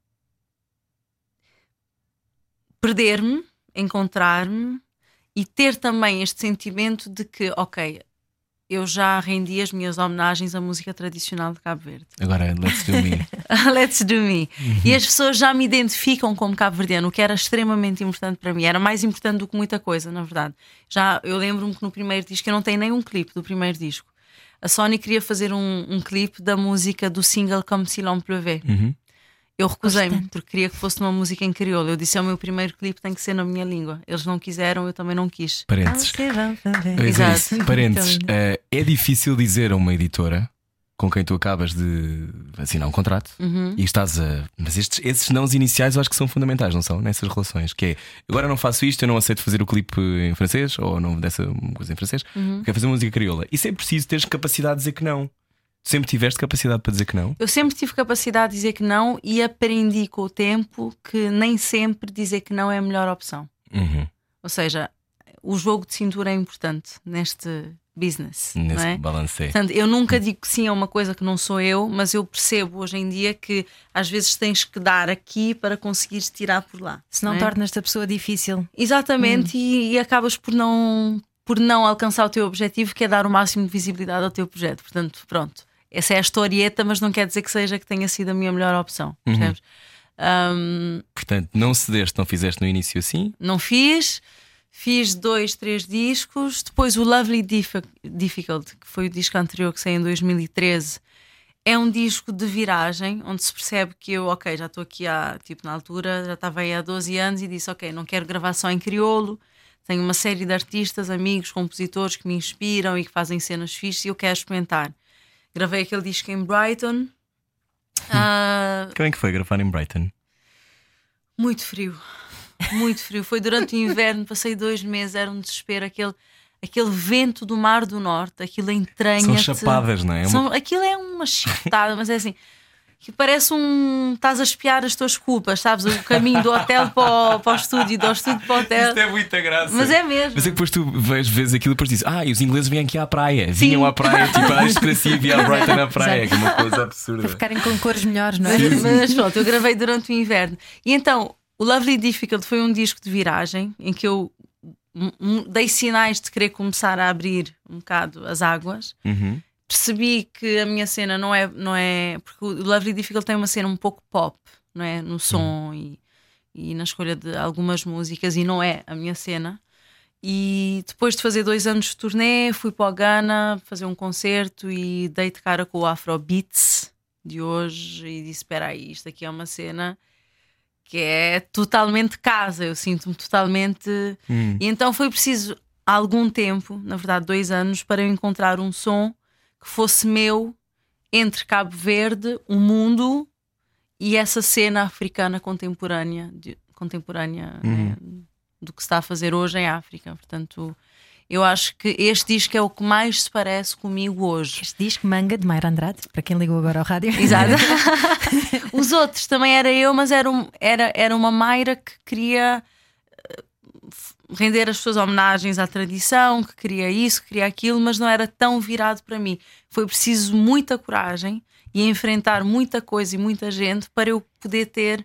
perder-me, encontrar-me e ter também este sentimento de que, ok, eu já rendi as minhas homenagens à música tradicional de Cabo Verde. Agora, let's do me. Let's do me. E as pessoas já me identificam como cabo-verdiano, o que era extremamente importante para mim. Era mais importante do que muita coisa, na verdade. Eu lembro-me que no primeiro disco, eu não tenho nenhum clipe do primeiro disco. A Sony queria fazer um clipe da música do single Comme si l'on pleuvait. Eu recusei-me, porque queria que fosse uma música em crioulo. Eu disse, o meu primeiro clipe tem que ser na minha língua. Eles não quiseram, eu também não quis. Parênteses. Exato. Parênteses. É difícil dizer a uma editora com quem tu acabas de assinar um contrato e estás a. Mas esses nãos iniciais eu acho que são fundamentais, não são? Nessas relações. Que é, agora não faço isto, eu não aceito fazer o clipe em francês, ou não dessa coisa em francês, quero fazer música crioula. Isso é preciso teres capacidade de dizer que não. Sempre tiveste capacidade para dizer que não? Eu sempre tive capacidade de dizer que não e aprendi com o tempo que nem sempre dizer que não é a melhor opção. Ou seja, o jogo de cintura é importante business, não Nesse é? balancei. Portanto, eu nunca digo que sim a uma coisa que não sou eu, mas eu percebo hoje em dia que às vezes tens que dar aqui para conseguires tirar por lá. Se não é? tornas-te a pessoa difícil. Exatamente, e acabas por não alcançar o teu objetivo, que é dar o máximo de visibilidade ao teu projeto. Portanto, pronto, essa é a historieta, mas não quer dizer que tenha sido a minha melhor opção, percebes? Portanto, não cedeste, não fizeste no início assim? Não fiz 2, 3 discos. Depois o Lovely Difficult, que foi o disco anterior que saiu em 2013, é um disco de viragem, onde se percebe que eu, ok, já estou aqui na altura, já estava aí há 12 anos e disse, ok, não quero gravar só em crioulo, tenho uma série de artistas, amigos, compositores que me inspiram e que fazem cenas fixes e eu quero experimentar. Gravei aquele disco em Brighton. Como é que foi gravar em Brighton? Muito frio. Muito frio. Foi durante o inverno, passei 2 meses, era um desespero. Aquele vento do Mar do Norte, aquilo entranha-te. São chapadas, não é? Aquilo é uma chicotada, mas é assim. Que parece estás a espiar as tuas culpas, sabes? O caminho do hotel para o estúdio, do estúdio para o hotel. Isto é muita graça. Mas é mesmo. Mas é que depois tu vês aquilo e depois dizes, e os ingleses vêm aqui à praia. Vinham à praia, tipo, a aristocracia via a Brighton à praia, que é uma coisa absurda. Para ficarem com cores melhores, não é? Mas pronto, eu gravei durante o inverno. E então, o Lovely Difficult foi um disco de viragem em que eu dei sinais de querer começar a abrir um bocado as águas. Percebi que a minha cena não é porque o Lovely Difficult tem uma cena um pouco pop, não é? No som e na escolha de algumas músicas, e não é a minha cena. E depois de fazer 2 anos de turnê, fui para o Ghana fazer um concerto e dei de cara com o Afrobeats de hoje e disse, espera aí, isto aqui é uma cena que é totalmente casa, eu sinto-me totalmente... E então foi preciso algum tempo, na verdade 2 anos, para eu encontrar um som que fosse meu entre Cabo Verde, o mundo e essa cena africana contemporânea, né, do que se está a fazer hoje em África. Portanto, eu acho que este disco é o que mais se parece comigo hoje. Este disco, Manga, de Mayra Andrade, para quem ligou agora ao rádio. Exato. Os outros também era eu, mas era uma Mayra que queria render as suas homenagens à tradição, que queria isso, que queria aquilo, mas não era tão virado para mim. Foi preciso muita coragem e enfrentar muita coisa e muita gente para eu poder ter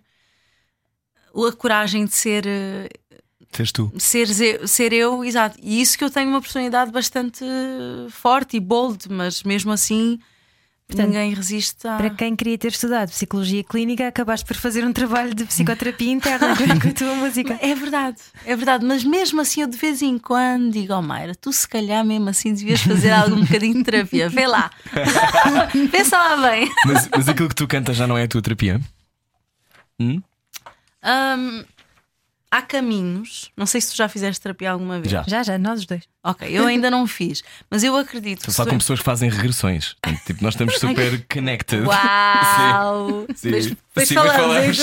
a coragem de ser tu. Ser eu, exato. E isso que eu tenho uma personalidade bastante forte e bold, mas mesmo assim, portanto, ninguém resiste a... Para quem queria ter estudado psicologia clínica, acabaste por fazer um trabalho de psicoterapia interna com a tua música. É verdade, mas mesmo assim eu de vez em quando digo, Mayra, tu se calhar mesmo assim devias fazer algum bocadinho de terapia, vê lá. Pensa lá bem. Mas aquilo que tu cantas já não é a tua terapia? Há caminhos. Não sei se tu já fizeste terapia alguma vez. Já, nós os dois. Ok, eu ainda não fiz, mas eu acredito que só com pessoas que fazem regressões. Tipo, nós estamos super connected. Uau! Sim. Depois Sim, falamos.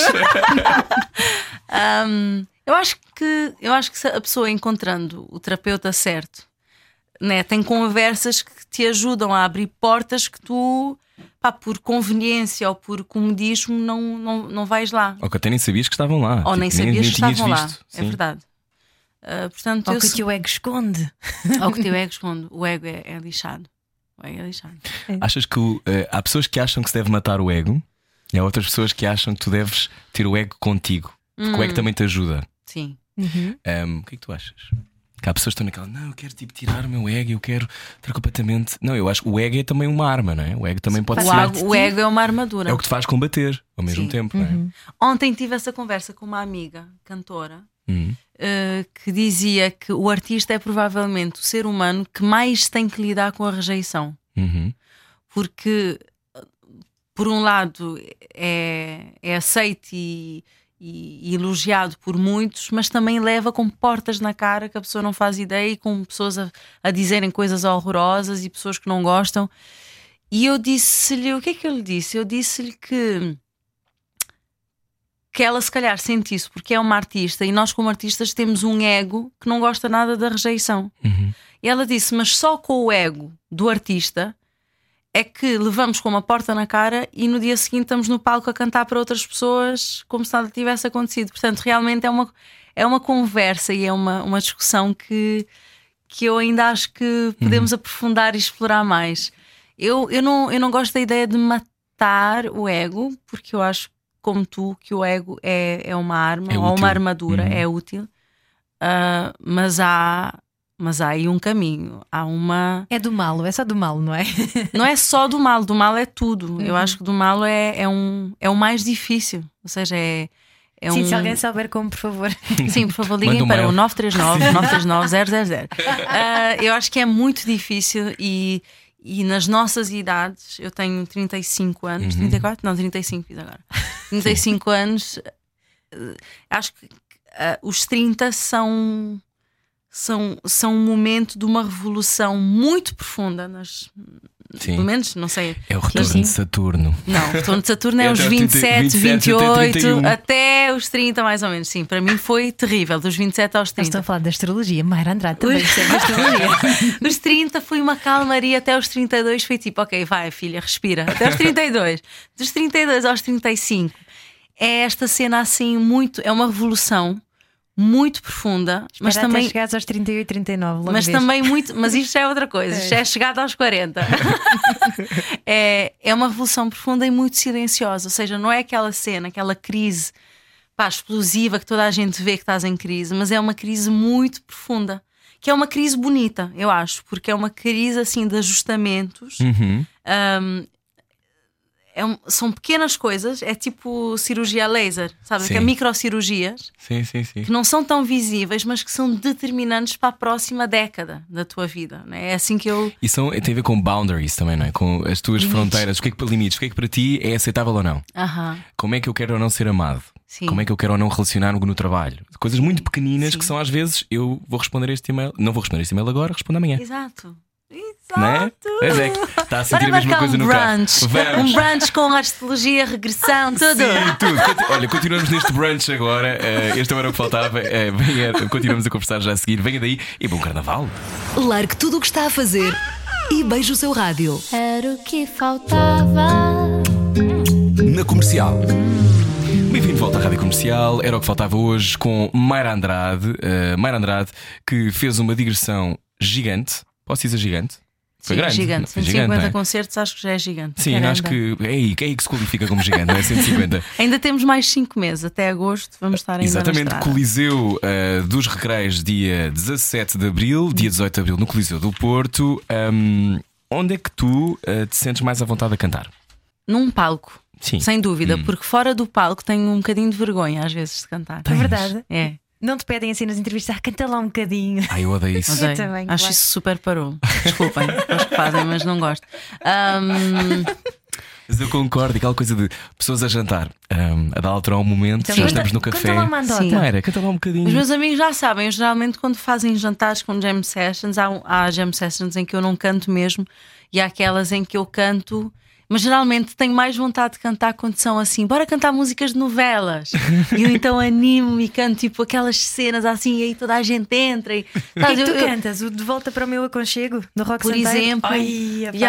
Eu acho que se a pessoa encontrando o terapeuta certo, né, tem conversas que te ajudam a abrir portas que tu, por conveniência ou por comodismo, não vais lá. Ou que até nem sabias que estavam lá. Ou nem sabias que estavam lá. Visto. É verdade. Portanto, ou que o teu ego esconde. Ou que o teu ego esconde. O ego é lixado. O ego é lixado. Achas que há pessoas que acham que se deve matar o ego e há outras pessoas que acham que tu deves ter o ego contigo, porque o ego também te ajuda. Sim. O que é que tu achas? Que há pessoas que estão naquela, não, eu quero tirar o meu ego, eu quero estar completamente. Não, eu acho que o ego é também uma arma, não é? O ego também pode ser. O ego é uma armadura. É o que te faz combater ao mesmo tempo, não é? Ontem tive essa conversa com uma amiga cantora que dizia que o artista é provavelmente o ser humano que mais tem que lidar com a rejeição. Porque, por um lado, é aceito e elogiado por muitos, mas também leva com portas na cara que a pessoa não faz ideia e com pessoas a dizerem coisas horrorosas e pessoas que não gostam. E eu disse-lhe, o que é que eu lhe disse? Eu disse-lhe que ela se calhar sente isso porque é uma artista e nós como artistas temos um ego que não gosta nada da rejeição. E ela disse, mas só com o ego do artista é que levamos com uma porta na cara e no dia seguinte estamos no palco a cantar para outras pessoas como se nada tivesse acontecido. Portanto, realmente é uma conversa e é uma discussão que que eu ainda acho que podemos aprofundar e explorar mais. Eu não gosto da ideia de matar o ego, porque eu acho, como tu, que o ego é uma arma ou útil. uma armadura, é útil. Mas há aí um caminho. Há uma. É do mal, é só do mal, não é? Não é só do mal é tudo. Eu acho que do mal é o mais difícil. Ou seja, Sim, se alguém souber como, por favor. Sim, por favor, liguem Manda um para mail. o 939-939-000. Eu acho que é muito difícil e nas nossas idades, eu tenho 35 anos, 34? Não, 35 fiz agora. 35 anos, acho que os 30 são um momento de uma revolução muito profunda Sim. pelo menos, não sei. É o retorno de Saturno. Não, o retorno de Saturno é É os até 27, 27, 28 31. até os 30 mais ou menos. Sim, para mim foi terrível, dos 27 aos Estou 30. a falar da astrologia. Mayra Andrade também percebe da astrologia. Os 30 foi uma calmaria, até os 32 foi tipo, ok, vai filha, respira. Até os 32. Dos 32 aos 35 é esta cena assim muito, é uma revolução muito profunda, mas Espera também até chegares aos 38, 39, logo mas vês. também muito, mas isto já é outra coisa, isto já é chegado aos 40. É uma revolução profunda e muito silenciosa, ou seja, não é aquela cena, aquela crise explosiva que toda a gente vê que estás em crise, mas é uma crise muito profunda, que é uma crise bonita, eu acho, porque é uma crise assim de ajustamentos. São pequenas coisas, é tipo cirurgia laser, sabes? Que é Sim. microcirurgias Sim. que não são tão visíveis, mas que são determinantes para a próxima década da tua vida, não é? É assim que eu. E tem a ver com boundaries também, não é? Com as tuas fronteiras. Limites? O que é que para ti é aceitável ou não? Como é que eu quero ou não ser amado? Sim. Como é que eu quero ou não relacionar-me no trabalho? Coisas muito pequeninas Sim. que são às vezes eu vou responder este e-mail. Não vou responder este e-mail agora, respondo amanhã. Exato. Não é? Pois é, que está a sentir Bora a mesma marcar coisa no brunch. carro. Vamos. Um brunch com astrologia, regressão, tudo. Sim, tudo. Olha, continuamos neste brunch agora. Este era o que faltava. Continuamos a conversar já a seguir. Venha daí e bom carnaval. Largue tudo o que está a fazer e beije o seu rádio. Era o que faltava. Na Comercial. Bem-vindo de volta à Rádio Comercial. Era o que faltava hoje com Mayra Andrade. Mayra Andrade, que fez uma digressão gigante. Posso dizer gigante? Foi Sim, grande. gigante. Foi 150 não é? concertos, acho que já é gigante. Sim, Caramba. acho que é aí que se qualifica como gigante, não é? 150. Ainda temos mais 5 meses, até agosto vamos estar ainda Exatamente, na estrada. Coliseu dos Recreios, dia 17 de Abril, dia 18 de Abril no Coliseu do Porto. Onde é que tu te sentes mais à vontade a cantar? Num palco, Sim. sem dúvida, porque fora do palco tenho um bocadinho de vergonha às vezes de cantar. É verdade. É. Não te pedem assim nas entrevistas, canta lá um bocadinho. Ai, eu odeio isso. Odeio. também, Acho claro. isso super parou. Desculpem, acho que fazem, mas não gosto. Mas eu concordo, aquela coisa de pessoas a jantar, a dar altura a um momento, Então, já canta- estamos no café. canta lá uma andota. Sim. Mayra, canta lá um bocadinho. Os meus amigos já sabem, eu geralmente quando fazem jantares com jam sessions, há jam sessions em que eu não canto mesmo e há aquelas em que eu canto. Mas geralmente tenho mais vontade de cantar quando são assim, bora cantar músicas de novelas. E eu então animo-me e canto tipo aquelas cenas assim, e aí toda a gente entra. E, O que é que tu cantas? O De Volta para o Meu Aconchego? Do Rock por Santeiro? exemplo, Ai, epá.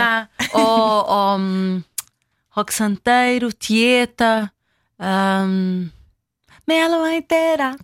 Rock Santeiro, Tieta, Mela inteira,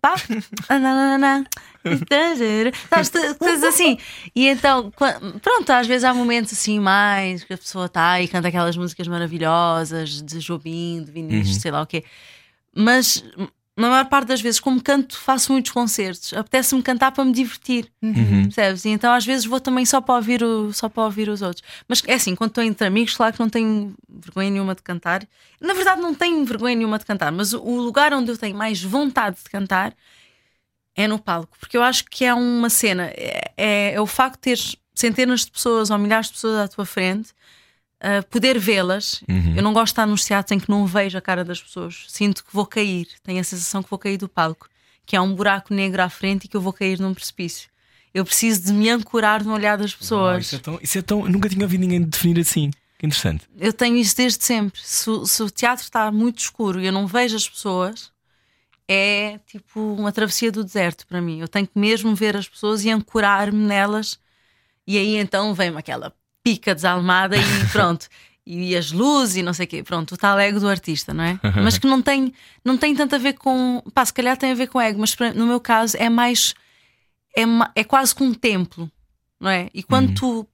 coisas assim. E então, pronto, às vezes há momentos assim mais que a pessoa está e canta aquelas músicas maravilhosas de Jobim, de Vinícius, sei lá o quê. Mas na maior parte das vezes, como canto, faço muitos concertos, apetece-me cantar para me divertir, percebes? E então às vezes vou também só para ouvir os outros. Mas é assim, quando estou entre amigos, claro que não tenho vergonha nenhuma de cantar. Na verdade, não tenho vergonha nenhuma de cantar, mas o lugar onde eu tenho mais vontade de cantar é no palco, porque eu acho que é uma cena, é o facto de teres centenas de pessoas ou milhares de pessoas à tua frente. Poder vê-las. Eu não gosto de estar nos teatros em que não vejo a cara das pessoas. Sinto que vou cair, tenho a sensação que vou cair do palco, que há um buraco negro à frente e que eu vou cair num precipício. Eu preciso de me ancorar no olhar das pessoas. Isso é tão. Nunca tinha ouvido ninguém definir assim. Que interessante. Eu tenho isso desde sempre. Se o teatro está muito escuro e eu não vejo as pessoas, é tipo uma travessia do deserto para mim. Eu tenho que mesmo ver as pessoas e ancorar-me nelas, e aí então vem-me aquela pica desalmada e pronto. E as luzes e não sei o quê. Pronto, o tal ego do artista, não é? Mas que não tem tanto a ver com. Se calhar tem a ver com ego, mas no meu caso é mais. é quase que um templo, não é? E quando tu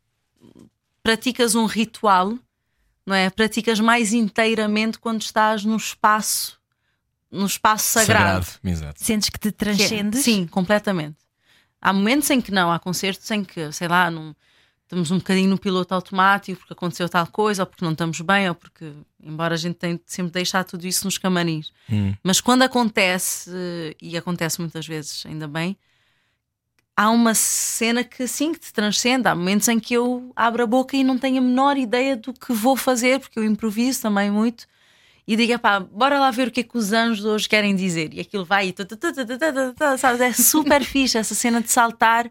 praticas um ritual, não é? Praticas mais inteiramente quando estás no espaço sagrado. Exato. Sentes que te transcendes? Sim, completamente. Há momentos em que não, há concertos em que, sei lá, estamos um bocadinho no piloto automático porque aconteceu tal coisa, ou porque não estamos bem, ou porque, embora a gente tenha de sempre deixar tudo isso nos camarins. Mas quando acontece, e acontece muitas vezes, ainda bem, há uma cena que sim, que te transcende. Há momentos em que eu abro a boca e não tenho a menor ideia do que vou fazer, porque eu improviso também muito. E digo, pá, bora lá ver o que é que os anjos hoje querem dizer. E aquilo vai e sabes? É super fixe essa cena de saltar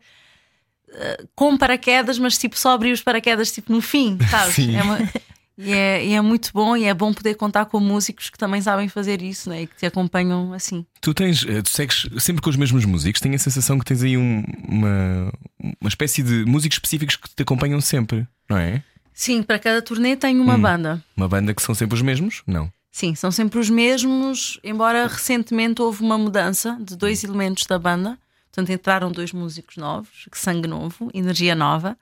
com paraquedas, mas tipo só abrir os paraquedas tipo no fim, sabes? Sim. E é muito bom, e é bom poder contar com músicos que também sabem fazer isso, né? E que te acompanham assim. Tu segues sempre com os mesmos músicos? Tenho a sensação que tens aí uma espécie de músicos específicos que te acompanham sempre, não é? Sim, para cada turnê tenho uma banda. Uma banda que são sempre os mesmos? Não. Sim, são sempre os mesmos, embora recentemente houve uma mudança de 2 elementos da banda. Portanto, entraram 2 músicos novos, sangue novo, energia nova.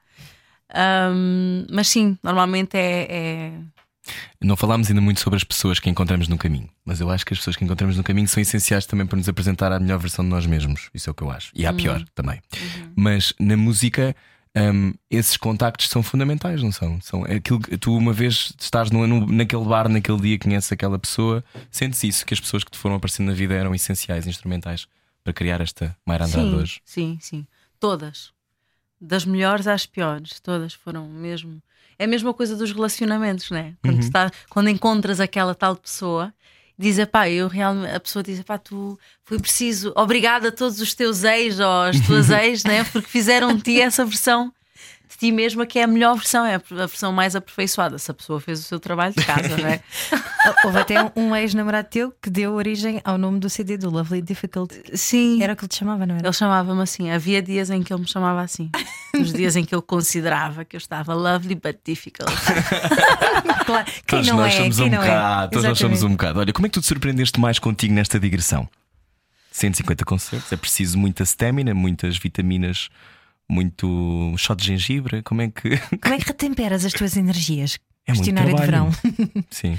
Mas sim, normalmente é. Não falámos ainda muito sobre as pessoas que encontramos no caminho, mas eu acho que as pessoas que encontramos no caminho são essenciais também para nos apresentar a melhor versão de nós mesmos. Isso é o que eu acho. E a pior também. Mas na música, esses contactos são fundamentais, não são? São aquilo que tu, uma vez estás naquele bar, naquele dia, conheces aquela pessoa, sentes isso, que as pessoas que te foram aparecendo na vida eram essenciais, instrumentais para criar esta Mayra Andrade hoje. Sim. Todas. Das melhores às piores. Todas foram mesmo. É a mesma coisa dos relacionamentos, né? Quando encontras aquela tal pessoa, diz, pá, a pessoa diz, pá, foi preciso, obrigada a todos os teus ex ou as tuas ex, né? Porque fizeram de ti essa versão de ti mesma que é a melhor versão, é a versão mais aperfeiçoada. Se a pessoa fez o seu trabalho de casa, não é? Houve até um ex-namorado teu que deu origem ao nome do CD do Lovely Difficult. Sim. Era o que ele te chamava, não era? Ele chamava-me assim. Havia dias em que ele me chamava assim. Os dias em que ele considerava que eu estava lovely but difficult. Claro. Todos nós somos um bocado. Todos nós somos um bocado. Olha, como é que tu te surpreendeste mais contigo nesta digressão? 150 concertos, é preciso muita stamina, muitas vitaminas, muito shot de gengibre. Como é que retemperas as tuas energias? É muito Questionário de verão. Sim.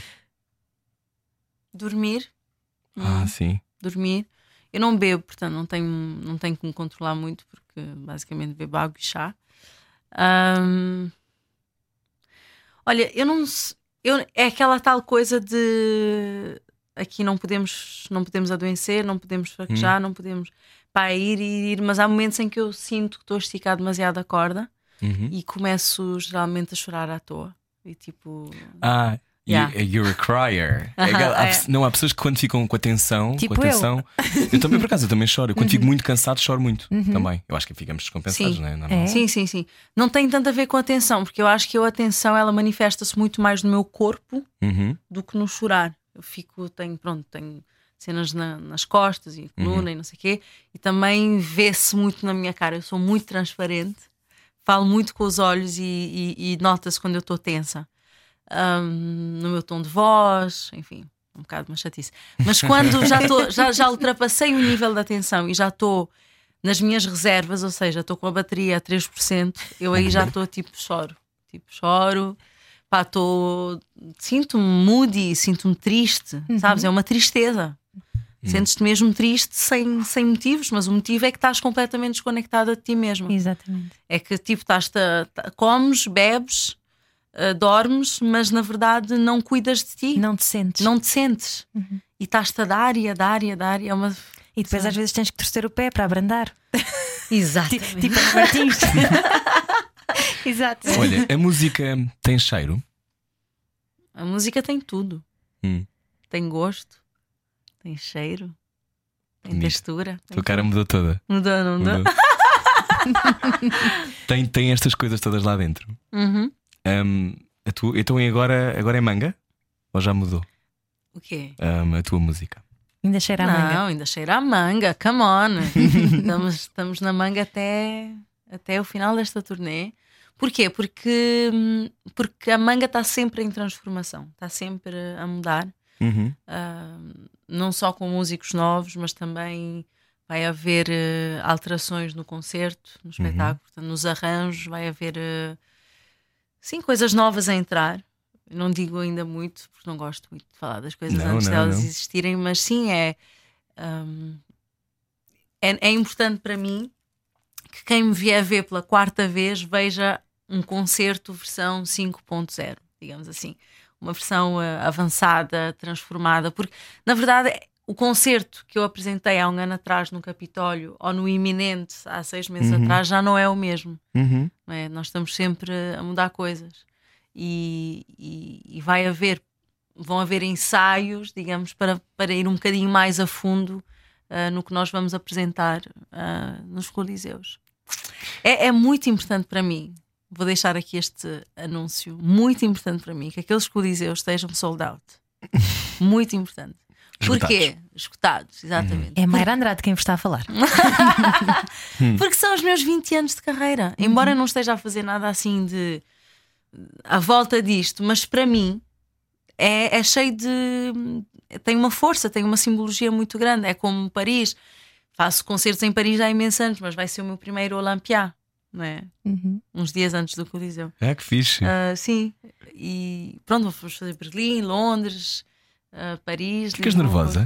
Dormir. Sim. Dormir. Eu não bebo, portanto não tenho que me controlar muito, porque basicamente bebo água e chá. Olha, é aquela tal coisa de aqui não podemos adoecer, não podemos fraquejar, não podemos ir, mas há momentos em que eu sinto que estou a esticar demasiado a corda e começo geralmente a chorar à toa. E tipo. You're a crier. Não, há pessoas que quando ficam com a tensão, tipo eu também, por acaso, eu também choro. Quando fico muito cansado, choro muito também. Eu acho que ficamos descompensados, não é? Normal. Sim. Não tem tanto a ver com a tensão, porque eu acho que a tensão ela manifesta-se muito mais no meu corpo do que no chorar. Eu tenho cenas nas costas e coluna e não sei o quê, e também vê-se muito na minha cara. Eu sou muito transparente, falo muito com os olhos e nota-se quando eu estou tensa. No meu tom de voz, enfim, um bocado uma chatice. Mas quando já ultrapassei o nível da tensão e já estou nas minhas reservas, ou seja, estou com a bateria a 3%, eu aí já estou choro. Pá, sinto-me moody, sinto-me triste, sabes? É uma tristeza. Sentes-te mesmo triste sem motivos, mas o motivo é que estás completamente desconectada de ti mesma. Exatamente. É que comes, bebes, dormes, mas na verdade não cuidas de ti. Não te sentes. E estás-te a dar. E depois às vezes tens que torcer o pé para abrandar. Exatamente. Tipo a Martins. Exato. Olha, a música tem cheiro? A música tem tudo. Tem gosto, tem cheiro, tem textura. A tua cara mudou toda. Mudou, não mudou? Tem estas coisas todas lá dentro. Então agora é manga? Ou já mudou? O quê? A tua música. Ainda cheira a manga? Não, ainda cheira a manga. Come on. Estamos na manga até o final desta turnê. Porquê? Porque a manga está sempre em transformação, está sempre a mudar. Não só com músicos novos, mas também vai haver alterações no concerto, no espetáculo, portanto, nos arranjos, vai haver sim, coisas novas a entrar. Eu não digo ainda muito, porque não gosto muito de falar das coisas antes delas existirem, mas sim, é importante para mim que quem me vier ver pela 4ª vez veja um concerto versão 5.0, digamos assim. Uma versão avançada, transformada, porque na verdade o concerto que eu apresentei há um ano atrás no Capitólio ou no Iminente há 6 meses atrás já não é o mesmo. Não é? Nós estamos sempre a mudar coisas e vão haver ensaios, digamos, para ir um bocadinho mais a fundo no que nós vamos apresentar nos Coliseus. É muito importante para mim. Vou deixar aqui este anúncio muito importante para mim, que aqueles Coliseus estejam sold out. Muito importante. Porquê? Escutados, exatamente. É Mayra Andrade quem vos está a falar. Porque são os meus 20 anos de carreira. Embora eu não esteja a fazer nada assim à volta disto, mas para mim é cheio de... tem uma força, tem uma simbologia muito grande. É como Paris. Faço concertos em Paris há imensos anos, mas vai ser o meu primeiro Olympia. Não é? Uns dias antes do Coliseu. É, que fixe. Sim, e pronto, vamos fazer Berlim, Londres, Paris. Ficas nervosa?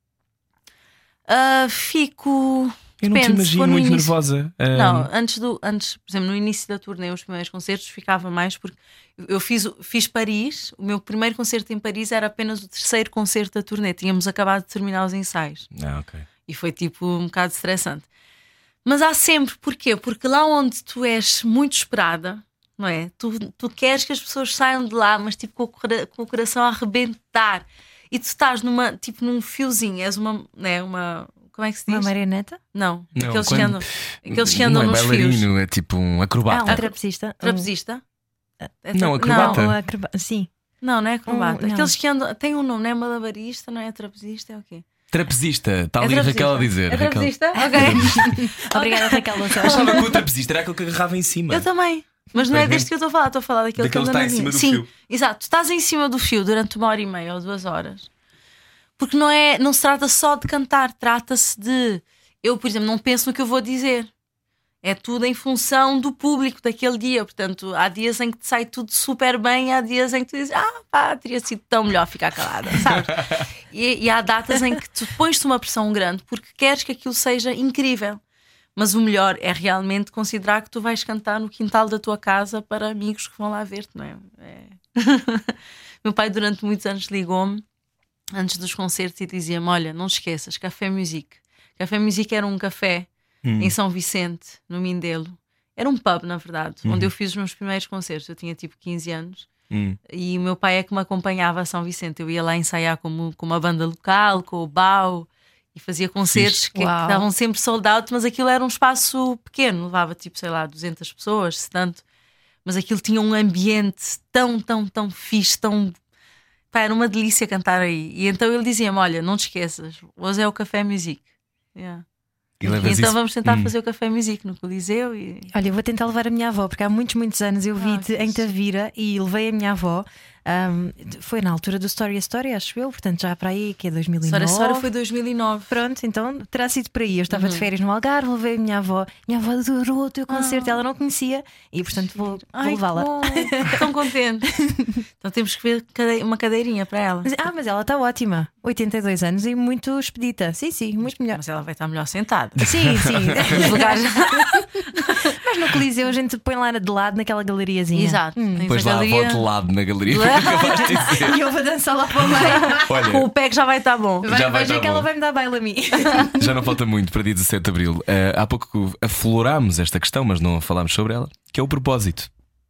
Fico. Eu não te imagino muito nervosa. Não, antes, por exemplo, no início da turnê, os primeiros concertos, ficava mais porque eu fiz Paris. O meu primeiro concerto em Paris era apenas o 3º concerto da turnê. Tínhamos acabado de terminar os ensaios. Ok. E foi tipo um bocado estressante. Mas há sempre, porquê? Porque lá onde tu és muito esperada, não é? Tu queres que as pessoas saiam de lá, mas tipo com o coração a arrebentar. E tu estás num fiozinho, és uma, como é que se diz? Uma marioneta? Não, aqueles que andam não nos é bailarino, fios. é tipo um acrobata. Um trapezista. Trapezista? Não, acrobata. Sim. Não é acrobata. Não. Aqueles que andam, tem um nome, não é malabarista, não é trapezista, é o quê? Trapezista, está ali a Raquel a dizer. É trapezista? Ok. Obrigada, Raquel. Achava que o trapezista era aquele que agarrava em cima. Eu também. Mas não é deste que eu estou a falar daquele que anda está na em cima linha. do Sim, fio. exato. Tu estás em cima do fio durante 1h30 ou 2 horas. Porque não se trata só de cantar, trata-se de... Eu, por exemplo, não penso no que eu vou dizer. É tudo em função do público daquele dia. Portanto, há dias em que te sai tudo super bem, há dias em que tu dizes, teria sido tão melhor ficar calada, sabes? E há datas em que tu pões-te uma pressão grande porque queres que aquilo seja incrível. Mas o melhor é realmente considerar que tu vais cantar no quintal da tua casa para amigos que vão lá ver-te, não é? Meu pai durante muitos anos ligou-me antes dos concertos e dizia-me, olha, não te esqueças, Café Musique. Café Musique era um café em São Vicente, no Mindelo. Era um pub, na verdade, onde eu fiz os meus primeiros concertos. Eu tinha tipo 15 anos e o meu pai é que me acompanhava a São Vicente. Eu ia lá ensaiar com uma banda local, com o Bau, e fazia concertos que estavam sempre sold out, mas aquilo era um espaço pequeno, levava tipo, sei lá, 200 pessoas, se tanto. Mas aquilo tinha um ambiente tão fixe, era uma delícia cantar aí. E então ele dizia-me, olha, não te esqueças, hoje é o Café Musique. E então vamos tentar fazer o Café Musique no Coliseu. Olha, eu vou tentar levar a minha avó, porque há muitos anos eu vi-te em Tavira e levei a minha avó. Foi na altura do Story a Story, acho eu, portanto já para aí, que é 2009. Story foi 2009. Pronto, então terá sido por aí. Eu estava de férias no Algarve, levei a minha avó. Minha avó adorou o teu concerto, ela não conhecia e portanto vou levá-la. Tão contente. Então temos que ver uma cadeirinha para ela. Mas ela está ótima, 82 anos e muito expedita. Sim, muito melhor. Mas ela vai estar melhor sentada. Sim. Nos lugares. Mas no Coliseu a gente põe lá de lado naquela galeriazinha. Exato. Pois lá a avó de lado na galeria. E eu vou dançar lá para o meio. Olha, com o pé que já vai estar bom. Vai ver que ela vai me dar baile a mim. Já não falta muito para dia 17 de Abril. Há pouco aflorámos esta questão, mas não falámos sobre ela, que é o propósito.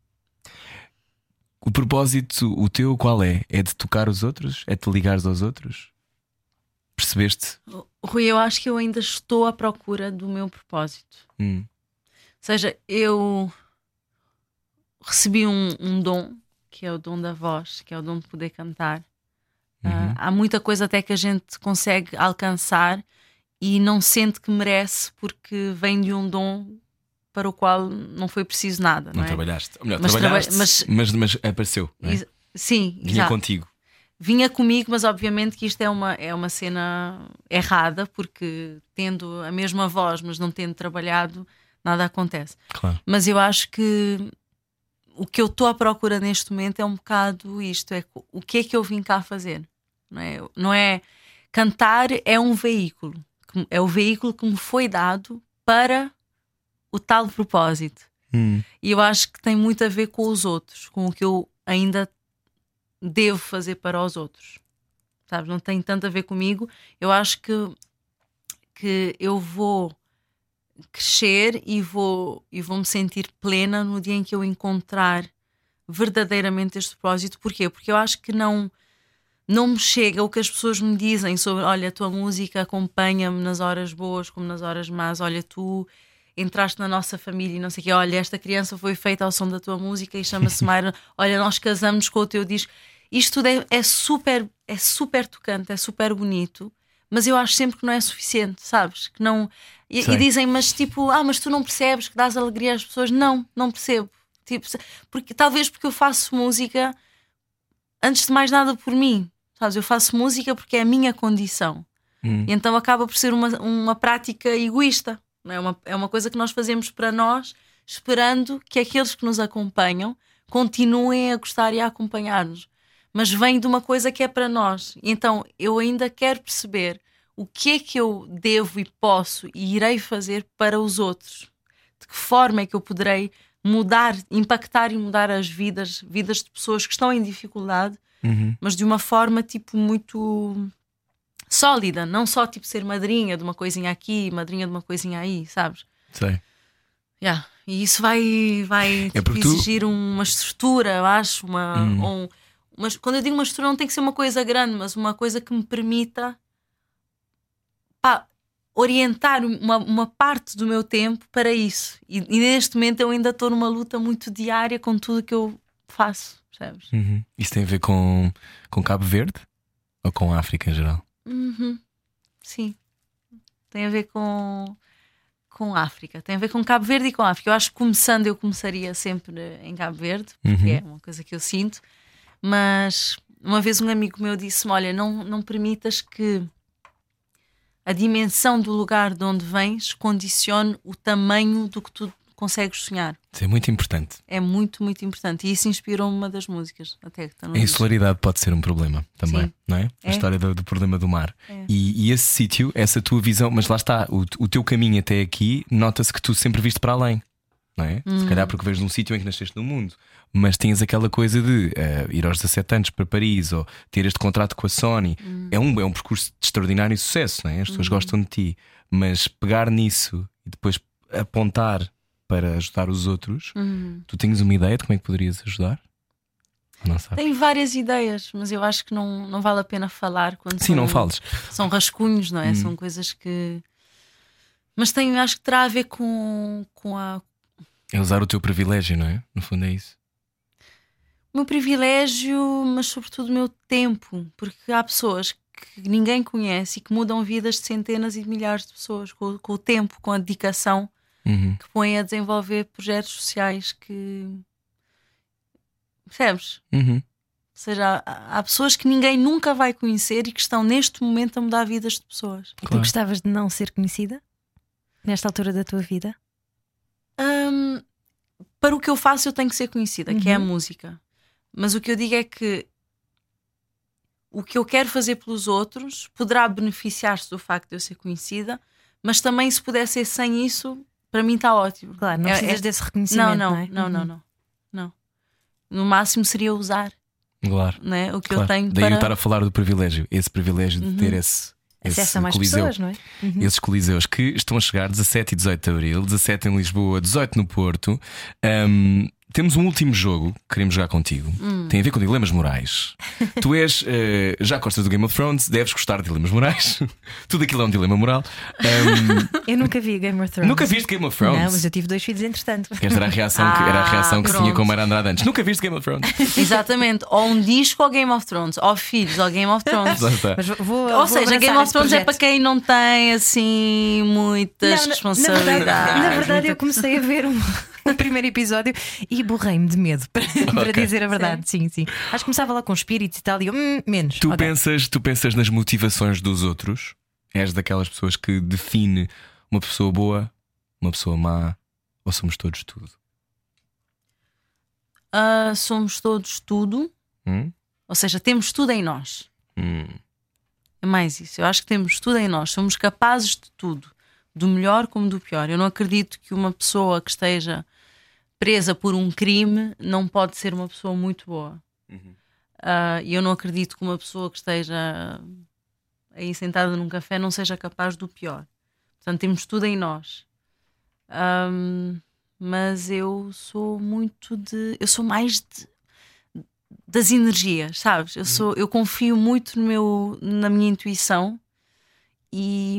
O propósito, o teu, qual é? É de tocar os outros? É de te ligares aos outros? Percebeste? Rui, eu acho que eu ainda estou à procura do meu propósito. Ou seja, eu recebi um dom, que é o dom da voz, que é o dom de poder cantar. Há muita coisa até que a gente consegue alcançar e não sente que merece porque vem de um dom para o qual não foi preciso nada. Não é? Trabalhaste. Ou melhor, mas trabalhaste, mas apareceu. Não é? Sim, vinha exato. contigo. vinha comigo, mas obviamente que isto é uma cena errada, porque tendo a mesma voz, mas não tendo trabalhado, nada acontece. Claro. Mas eu acho que o que eu estou à procura neste momento é um bocado isto: é o que é que eu vim cá fazer? Não é cantar, é um veículo, é o veículo que me foi dado para o tal propósito. E eu acho que tem muito a ver com os outros, com o que eu ainda devo fazer para os outros, sabes? Não tem tanto a ver comigo. Eu acho que eu vou crescer e vou me sentir plena no dia em que eu encontrar verdadeiramente este propósito. Porquê? Porque eu acho que não me chega o que as pessoas me dizem sobre: olha, a tua música acompanha-me nas horas boas como nas horas más, olha, tu entraste na nossa família e não sei o quê, olha, esta criança foi feita ao som da tua música e chama-se Mayra, olha, nós casamos com o teu disco. Isto tudo é super tocante, é super bonito, mas eu acho sempre que não é suficiente, sabes? Que não... E dizem, mas tipo, mas tu não percebes que dás alegria às pessoas? Não percebo. Tipo, talvez porque eu faço música antes de mais nada por mim, sabes? Eu faço música porque é a minha condição. E então acaba por ser uma prática egoísta. É uma coisa que nós fazemos para nós, esperando que aqueles que nos acompanham continuem a gostar e a acompanhar-nos. Mas vem de uma coisa que é para nós. Então eu ainda quero perceber o que é que eu devo e posso e irei fazer para os outros. De que forma é que eu poderei impactar e mudar as vidas de pessoas que estão em dificuldade, mas de uma forma tipo muito sólida, não só tipo ser madrinha de uma coisinha aqui, madrinha de uma coisinha aí, sabes? Sei. E isso vai exigir uma estrutura, eu acho, quando eu digo uma estrutura, não tem que ser uma coisa grande, mas uma coisa que me permita orientar uma parte do meu tempo para isso. E neste momento eu ainda estou numa luta muito diária com tudo que eu faço, sabes? Isso tem a ver com Cabo Verde ou com a África em geral? Sim, tem a ver com África, tem a ver com Cabo Verde e com África. Eu acho que eu começaria sempre em Cabo Verde, porque é uma coisa que eu sinto. Mas uma vez um amigo meu disse-me: olha, não permitas que a dimensão do lugar de onde vens condicione o tamanho do que tu consegues sonhar. Isso é muito importante. É muito, muito importante. E isso inspirou uma das músicas até que está no A insularidade pode ser um problema também. Sim. Não é? A história do problema do mar. E esse sítio, essa tua visão, mas lá está, o teu caminho até aqui, nota-se que tu sempre viste para além, não é? Se calhar porque vês num sítio em que nasceste no mundo, mas tinhas aquela coisa de ir aos 17 anos para Paris ou ter este contrato com a Sony. É um percurso de extraordinário sucesso, não é? As pessoas gostam de ti, mas pegar nisso e depois apontar para ajudar os outros, tu tens uma ideia de como é que poderias ajudar? Não sabes? Tenho várias ideias, mas eu acho que não vale a pena falar quando não fales. São rascunhos, não é? São coisas que. Mas acho que terá a ver com a. É usar o teu privilégio, não é? No fundo é isso. O meu privilégio, mas sobretudo o meu tempo, porque há pessoas que ninguém conhece e que mudam vidas de centenas e de milhares de pessoas com o tempo, com a dedicação que põem a desenvolver projetos sociais que. Percebes? Ou seja, há pessoas que ninguém nunca vai conhecer e que estão neste momento a mudar vidas de pessoas. E tu gostavas de não ser conhecida nesta altura da tua vida? Para o que eu faço eu tenho que ser conhecida, que é a música. Mas o que eu digo é que o que eu quero fazer pelos outros poderá beneficiar-se do facto de eu ser conhecida, mas também se puder ser sem isso, para mim está ótimo. Claro, não precisas desse reconhecimento. Não. No máximo seria usar, claro, não é? O que eu tenho. Daí para... eu estar a falar do privilégio, esse privilégio de ter esse acesso a mais coliseu, pessoas, não é? Esses coliseus que estão a chegar 17 e 18 de Abril, 17 em Lisboa, 18 no Porto. Temos um último jogo que queremos jogar contigo. Tem a ver com dilemas morais. Tu és, já gostas do Game of Thrones, deves gostar de dilemas morais. Tudo aquilo é um dilema moral. Eu nunca vi Game of Thrones. Nunca viste Game of Thrones? Não, mas eu tive 2 filhos entretanto. Esta era a reação que se tinha com Mayra Andrade antes. Nunca viste Game of Thrones? Exatamente, ou um disco ou Game of Thrones, ou filhos ou Game of Thrones. Mas ou seja, Game of Thrones é para quem não tem assim muitas responsabilidades. Na verdade eu comecei a ver o primeiro episódio e borrei-me de medo, para dizer a verdade. Sim. Acho que começava lá com espíritos e tal, e eu, menos. Tu pensas nas motivações dos outros? És daquelas pessoas que define uma pessoa boa, uma pessoa má, ou somos todos tudo? Somos todos tudo. Ou seja, temos tudo em nós. É mais isso. Eu acho que temos tudo em nós. Somos capazes de tudo, do melhor como do pior. Eu não acredito que uma pessoa que esteja presa por um crime não pode ser uma pessoa muito boa. E eu não acredito que uma pessoa que esteja aí sentada num café não seja capaz do pior. Portanto, temos tudo em nós. Mas eu sou mais das energias, sabes? Eu confio muito na minha intuição e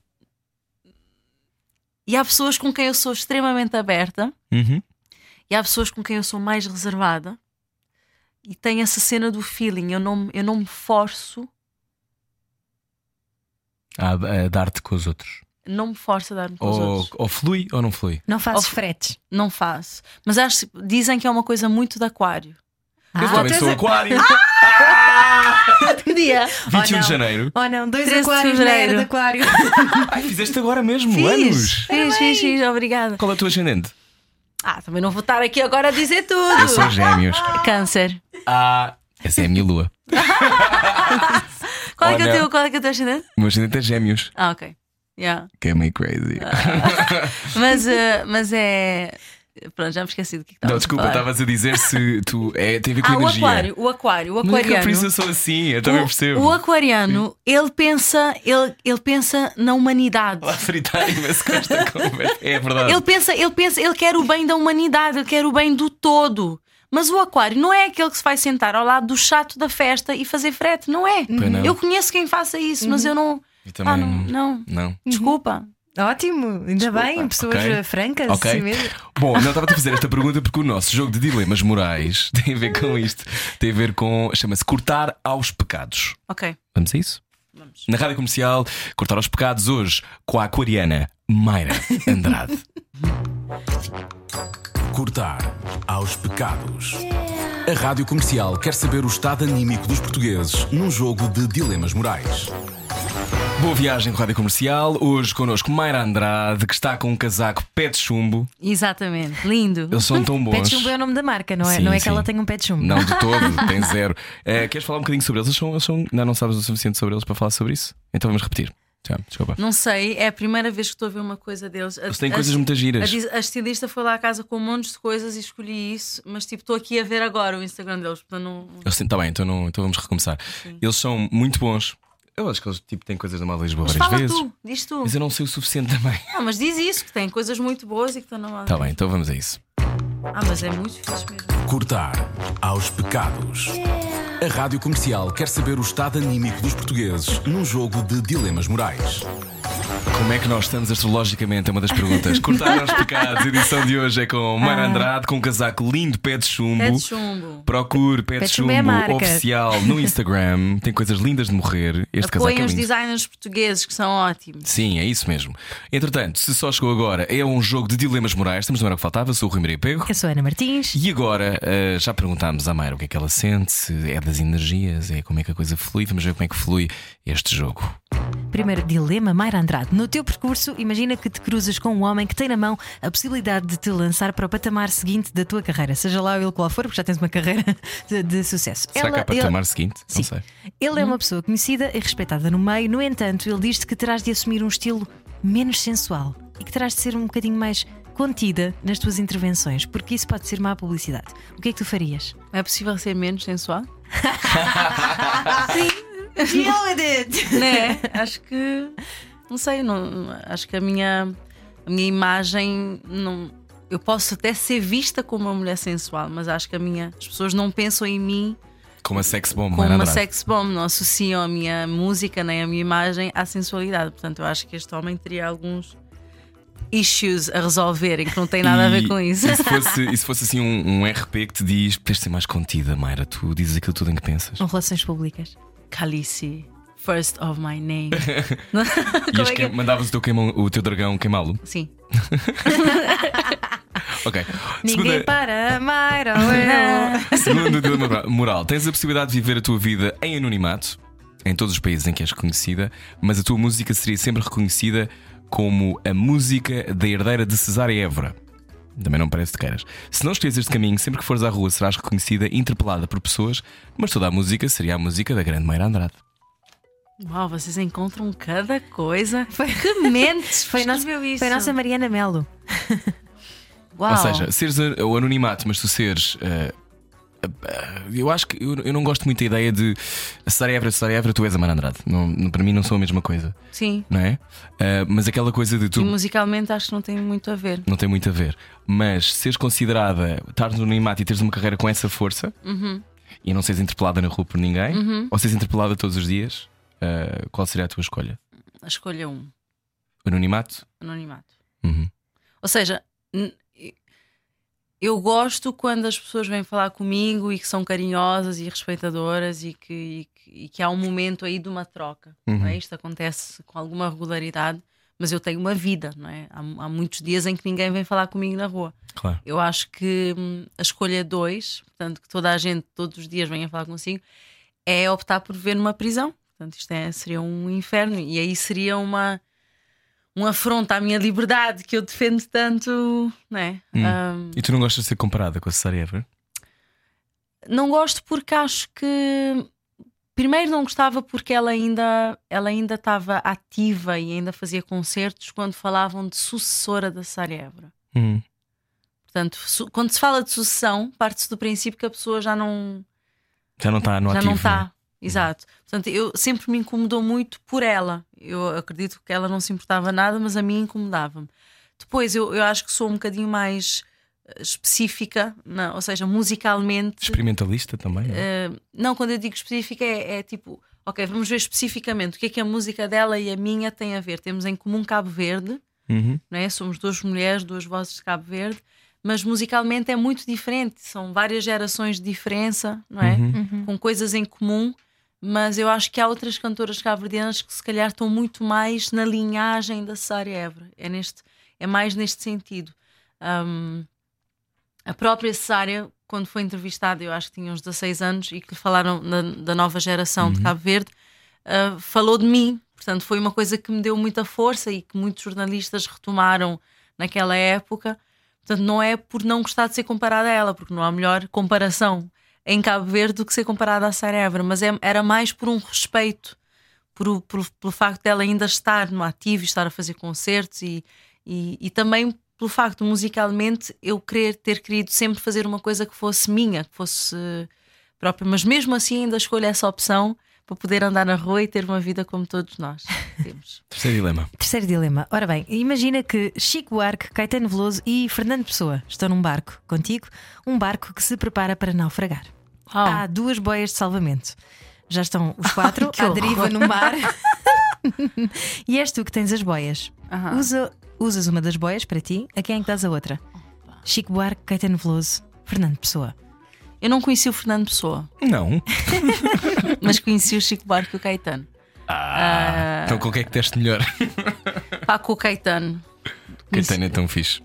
há pessoas com quem eu sou extremamente aberta e há pessoas com quem eu sou mais reservada e tem essa cena do feeling. Eu não me forço a dar-te com os outros. Não me forço a dar-me com os outros. Ou flui ou não flui? Não fazes fretes? Não faço. Mas dizem que é uma coisa muito de aquário. Eu também sou aquário. Que dia? 21 de janeiro. Oh não, 2 13 de aquários, fevereiro. de aquário. Ai, fizeste agora mesmo, anos. Fiz, obrigada. Qual é o teu ascendente? Também não vou estar aqui agora a dizer tudo. Eu sou Gêmeos. Câncer. Essa é a minha lua. Qual é que é o teu ascendente? O meu ascendente é Gêmeos. Ok. Yeah. Que é meio crazy. Mas é. Pronto, já me esqueci do que estava Não, desculpa, estavas a dizer se tu. Tem a ver com energia. O aquário. Mas é que por isso eu sou assim, eu também percebo. O aquariano, ele pensa na humanidade. Lá fritar imenso com esta conversa. É verdade. Ele quer o bem da humanidade, ele quer o bem do todo. Mas o aquário não é aquele que se vai sentar ao lado do chato da festa e fazer frete, não é? Não. Eu conheço quem faça isso, mas eu não. Eu também não. Desculpa. Ótimo, ainda bem, pessoas francas. Ok. Assim mesmo. Bom, não estava a fazer esta pergunta porque o nosso jogo de dilemas morais tem a ver com isto. Tem a ver com. Chama-se Cortar aos Pecados. Ok. Vamos a isso? Vamos. Na Rádio Comercial, Cortar aos Pecados hoje com a aquariana Mayra Andrade. Cortar aos pecados. A Rádio Comercial quer saber o estado anímico dos portugueses num jogo de dilemas morais. Boa viagem com a Rádio Comercial. Hoje connosco Mayra Andrade, que está com um casaco pé de chumbo. Exatamente, lindo. Eles são tão bons. Pé de chumbo é o nome da marca, não é? Sim, não é sim. que ela tenha um pé de chumbo. Não, de todo, tem zero. Queres falar um bocadinho sobre eles? Eles são... Ainda não sabes o suficiente sobre eles para falar sobre isso? Então vamos repetir. Já, desculpa. Não sei, é a primeira vez que estou a ver uma coisa deles. Eles têm coisas muito giras. A estilista foi lá à casa com um monte de coisas e escolhi isso, mas tipo, estou aqui a ver agora o Instagram deles. Portanto, não... Está bem, então vamos recomeçar. Sim. Eles são muito bons. Eu acho que eles tipo, têm coisas da Moda Lisboa Mas várias fala vezes. diz tu. Mas eu não sei o suficiente também. Mas diz isso, que tem coisas muito boas e que estão na moda. Está bem, então vamos a isso. Mas é muito fixe mesmo. Cortar aos pecados. A Rádio Comercial quer saber o estado anímico dos portugueses num jogo de dilemas morais. Como é que nós estamos astrologicamente? É uma das perguntas. Cortar aos pecados. A edição de hoje é com Mayra Andrade, com um casaco lindo, pé de chumbo. Pé de chumbo. Procure Pé de Chumbo é a marca. oficial no Instagram. Tem coisas lindas de morrer. Este casaco Apoiem é os lindo. designers portugueses que são ótimos. Sim, é isso mesmo. Entretanto, se só chegou agora, é um jogo de dilemas morais. Estamos na hora que faltava. Sou o Rui Maria Pego. Eu sou a Ana Martins. E agora já perguntámos à Mayra o que é que ela sente, se é das energias, é como é que a coisa flui. Vamos ver como é que flui este jogo. Primeiro dilema, Mayra Andrade. No teu percurso, imagina que te cruzas com um homem que tem na mão a possibilidade de te lançar para o patamar seguinte da tua carreira, seja lá ele qual for, porque já tens uma carreira de sucesso. Será que há patamar seguinte? Sim. Não sei. Ele é uma pessoa conhecida e respeitada no meio. No entanto, ele diz-te que terás de assumir um estilo menos sensual e que terás de ser um bocadinho mais contida nas tuas intervenções, porque isso pode ser má publicidade. O que é que tu farias? É possível ser menos sensual? Deal with it! Né? Acho que. Não sei, acho que a minha imagem. Eu posso até ser vista como uma mulher sensual, mas acho que as pessoas não pensam em mim Como uma sex bomb, como Mayra uma Andrade. sex bomb, não associam a minha música nem a minha imagem à sensualidade. Portanto, eu acho que este homem teria alguns issues a resolverem que não têm nada a ver com isso. E se fosse assim um RP que te diz tens de ser mais contida, Mayra, tu dizes aquilo tudo em que pensas. Ou relações públicas. Khaleesi, first of my name. Mandavas o teu dragão queimá-lo? Sim. Ok. Ninguém para amar ou eu. Segundo dilema moral, tens a possibilidade de viver a tua vida em anonimato em todos os países em que és reconhecida, mas a tua música seria sempre reconhecida como a música da herdeira de Cesária Évora. Também não parece que queiras. Se não escolheres este caminho, sempre que fores à rua serás reconhecida e interpelada por pessoas, mas toda a música seria a música da grande Mayra Andrade. Uau, vocês encontram cada coisa. Que mentes Foi a nossa Mariana Melo. Uau. Ou seja, seres o anonimato, mas tu seres. Eu acho que eu não gosto muito da ideia de Cesária Évora, tu és a Mayra Andrade. Não, para mim não são a mesma coisa. Sim. Não é? Mas aquela coisa de tu. E musicalmente acho que não tem muito a ver. Não tem muito a ver. Mas seres considerada, estares no anonimato e teres uma carreira com essa força e não seres interpelada na rua por ninguém, ou seres interpelada todos os dias, qual seria a tua escolha? A escolha 1. Anonimato? Anonimato. Uhum. Ou seja, eu gosto quando as pessoas vêm falar comigo e que são carinhosas e respeitadoras e que há um momento aí de uma troca. Não é? Isto acontece com alguma regularidade, mas eu tenho uma vida, não é? Há muitos dias em que ninguém vem falar comigo na rua. Claro. Eu acho que a escolha 2, portanto, que toda a gente todos os dias venha falar consigo, é optar por viver numa prisão. Portanto, isto seria um inferno e aí seria um afronto à minha liberdade que eu defendo tanto, não é? E tu não gostas de ser comparada com a Cesária Évora? Não gosto porque acho que primeiro não gostava porque ela ainda estava ativa e ainda fazia concertos quando falavam de sucessora da Cesária Évora. Portanto, quando se fala de sucessão, parte-se do princípio que a pessoa já não está no ativo. Não está. Né? Exato. Portanto, sempre me incomodou muito por ela. Eu acredito que ela não se importava nada, mas a mim incomodava-me. Depois, eu acho que sou um bocadinho mais específica, ou seja, musicalmente. Experimentalista também? Não, quando eu digo específica é tipo, ok, vamos ver especificamente o que é que a música dela e a minha têm a ver. Temos em comum Cabo Verde, não é? Somos duas mulheres, duas vozes de Cabo Verde, mas musicalmente é muito diferente. São várias gerações de diferença, não é? Com coisas em comum. Mas eu acho que há outras cantoras cabo-verdianas que se calhar estão muito mais na linhagem da Cesária Évora. É mais neste sentido. A própria Cesária, quando foi entrevistada, eu acho que tinha uns 16 anos e que falaram da nova geração de Cabo Verde, falou de mim. Portanto, foi uma coisa que me deu muita força e que muitos jornalistas retomaram naquela época. Portanto, não é por não gostar de ser comparada a ela, porque não há melhor comparação em Cabo Verde do que ser comparada à Cesária Évora, mas era mais por um respeito pelo facto dela ainda estar no ativo e estar a fazer concertos e também pelo facto musicalmente eu ter querido sempre fazer uma coisa que fosse minha, que fosse própria, mas mesmo assim ainda escolho essa opção para poder andar na rua e ter uma vida como todos nós temos. Terceiro dilema. Ora bem, imagina que Chico Buarque, Caetano Veloso e Fernando Pessoa estão num barco contigo, um barco que se prepara para naufragar. Há 2 boias de salvamento. Já estão os 4 à deriva no mar. E és tu que tens as boias. Usas uma das boias para ti. A quem é que dás a outra? Chico Buarque, Caetano Veloso, Fernando Pessoa. Eu não conheci o Fernando Pessoa. Não. Mas conheci o Chico Buarque e o Caetano. Então com o que é que deste melhor? Com o Caetano. Caetano é tão fixe.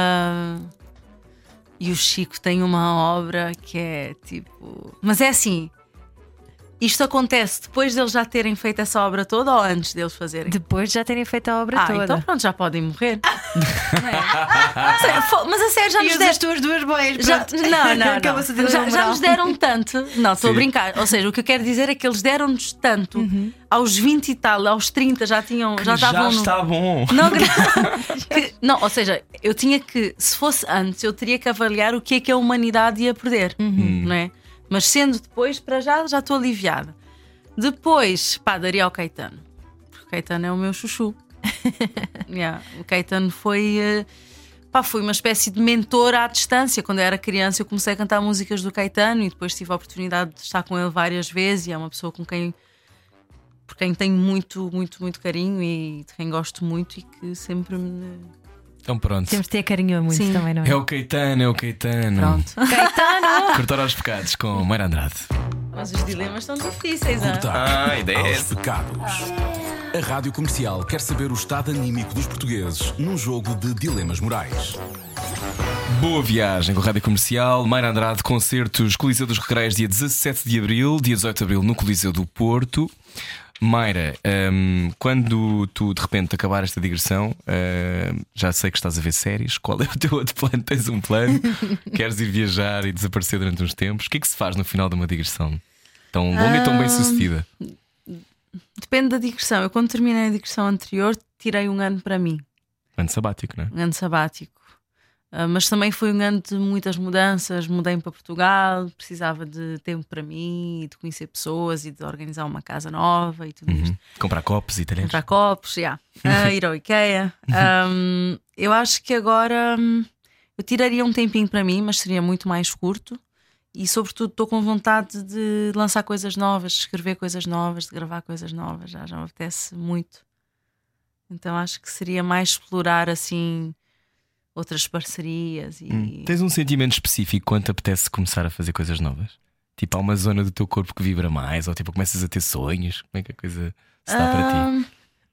E o Chico tem uma obra que é tipo. Mas é assim. Isto acontece depois deles já terem feito essa obra toda ou antes deles fazerem? Depois de já terem feito a obra toda. Então pronto, já podem morrer. Não é? Mas a sério, já nos deram as tuas 2 boias. Não. Já nos deram tanto. Não, estou a brincar. Ou seja, o que eu quero dizer é que eles deram-nos tanto. Aos 20 e tal, aos 30 já estavam. Já está bom. Não, ou seja, eu tinha que, se fosse antes, eu teria que avaliar o que é que a humanidade ia perder, não é? Mas sendo depois, para já estou aliviada. Depois, daria ao Caetano. Porque o Caetano é o meu chuchu. O Caetano foi uma espécie de mentor à distância. Quando eu era criança, eu comecei a cantar músicas do Caetano e depois tive a oportunidade de estar com ele várias vezes. E é uma pessoa por quem tenho muito, muito, muito carinho e de quem gosto muito e que sempre me. Então pronto. Temos de ter carinho muito também, não é? É o Caetano. Pronto. Caetano! Cortar aos pecados com Mayra Andrade. Mas os dilemas estão difíceis, Cortar ideia aos pecados. A Rádio Comercial quer saber o estado anímico dos portugueses num jogo de dilemas morais. Boa viagem com a Rádio Comercial. Mayra Andrade, concertos Coliseu dos Recreios, dia 17 de Abril, dia 18 de Abril no Coliseu do Porto. Mayra, quando tu de repente acabar esta digressão, já sei que estás a ver séries. Qual é o teu outro plano? Tens um plano? Queres ir viajar e desaparecer durante uns tempos? O que é que se faz no final de uma digressão tão longa e tão bem sucedida? Depende da digressão. Eu, quando terminei a digressão anterior, tirei um ano para mim. Ano sabático, não é? Um ano sabático. Mas também foi um ano de muitas mudanças. Mudei-me para Portugal, precisava de tempo para mim, de conhecer pessoas e de organizar uma casa nova e tudo isto. Comprar copos e talheres. Comprar copos, ir ao IKEA. Eu acho que agora eu tiraria um tempinho para mim, mas seria muito mais curto. E sobretudo estou com vontade de lançar coisas novas, de escrever coisas novas, de gravar coisas novas. Já me apetece muito. Então acho que seria mais explorar assim outras parcerias e... Tens um sentimento específico quando te apetece começar a fazer coisas novas? Tipo, há uma zona do teu corpo que vibra mais? Ou tipo, começas a ter sonhos? Como é que a coisa se dá para ti?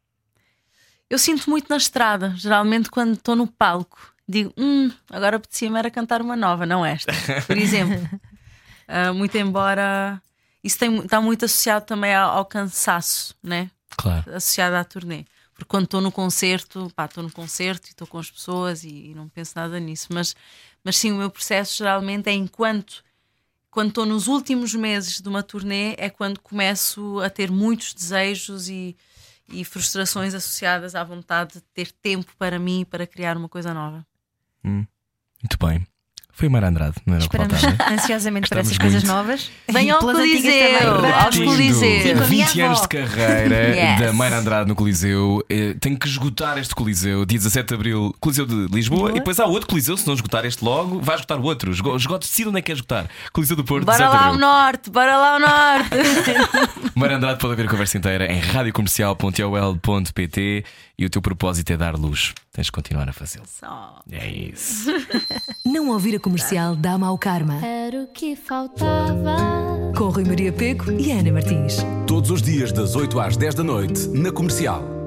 Eu sinto muito na estrada. Geralmente quando estou no palco digo, agora apetecia-me era cantar uma nova, não esta, por exemplo. Muito embora isso está muito associado também ao cansaço, né? Claro. Associado à turnê. Porque quando estou no concerto, estou no concerto e estou com as pessoas e não penso nada nisso. Mas sim, o meu processo geralmente é quando estou nos últimos meses de uma turnê, é quando começo a ter muitos desejos e frustrações associadas à vontade de ter tempo para mim, para criar uma coisa nova. Muito bem. Foi o Mayra Andrade, não era o que Esperamos faltava? ansiosamente por Gostamos essas coisas muito. novas. Venham ao Pelas antigas Coliseu, também. aos Lindo. Coliseus. 20 anos de carreira Yes. da Mayra Andrade no Coliseu. Tenho que esgotar este Coliseu, dia 17 de Abril, Coliseu de Lisboa. E depois há outro Coliseu, se não esgotar este logo, vai esgotar o outro. Decide onde é que quer esgotar. Coliseu do Porto, Bora 17 de lá ao Abril. norte, bora lá ao norte. Mayra Andrade pode ouvir a conversa inteira em radiocomercial.ol.pt. E o teu propósito é dar luz. Tens de continuar a fazê-lo. Só. É isso. Não ouvir a comercial dá mau karma. Era o que faltava. Com Rui Maria Peco e Ana Martins. Todos os dias das 8 às 10 da noite na Comercial.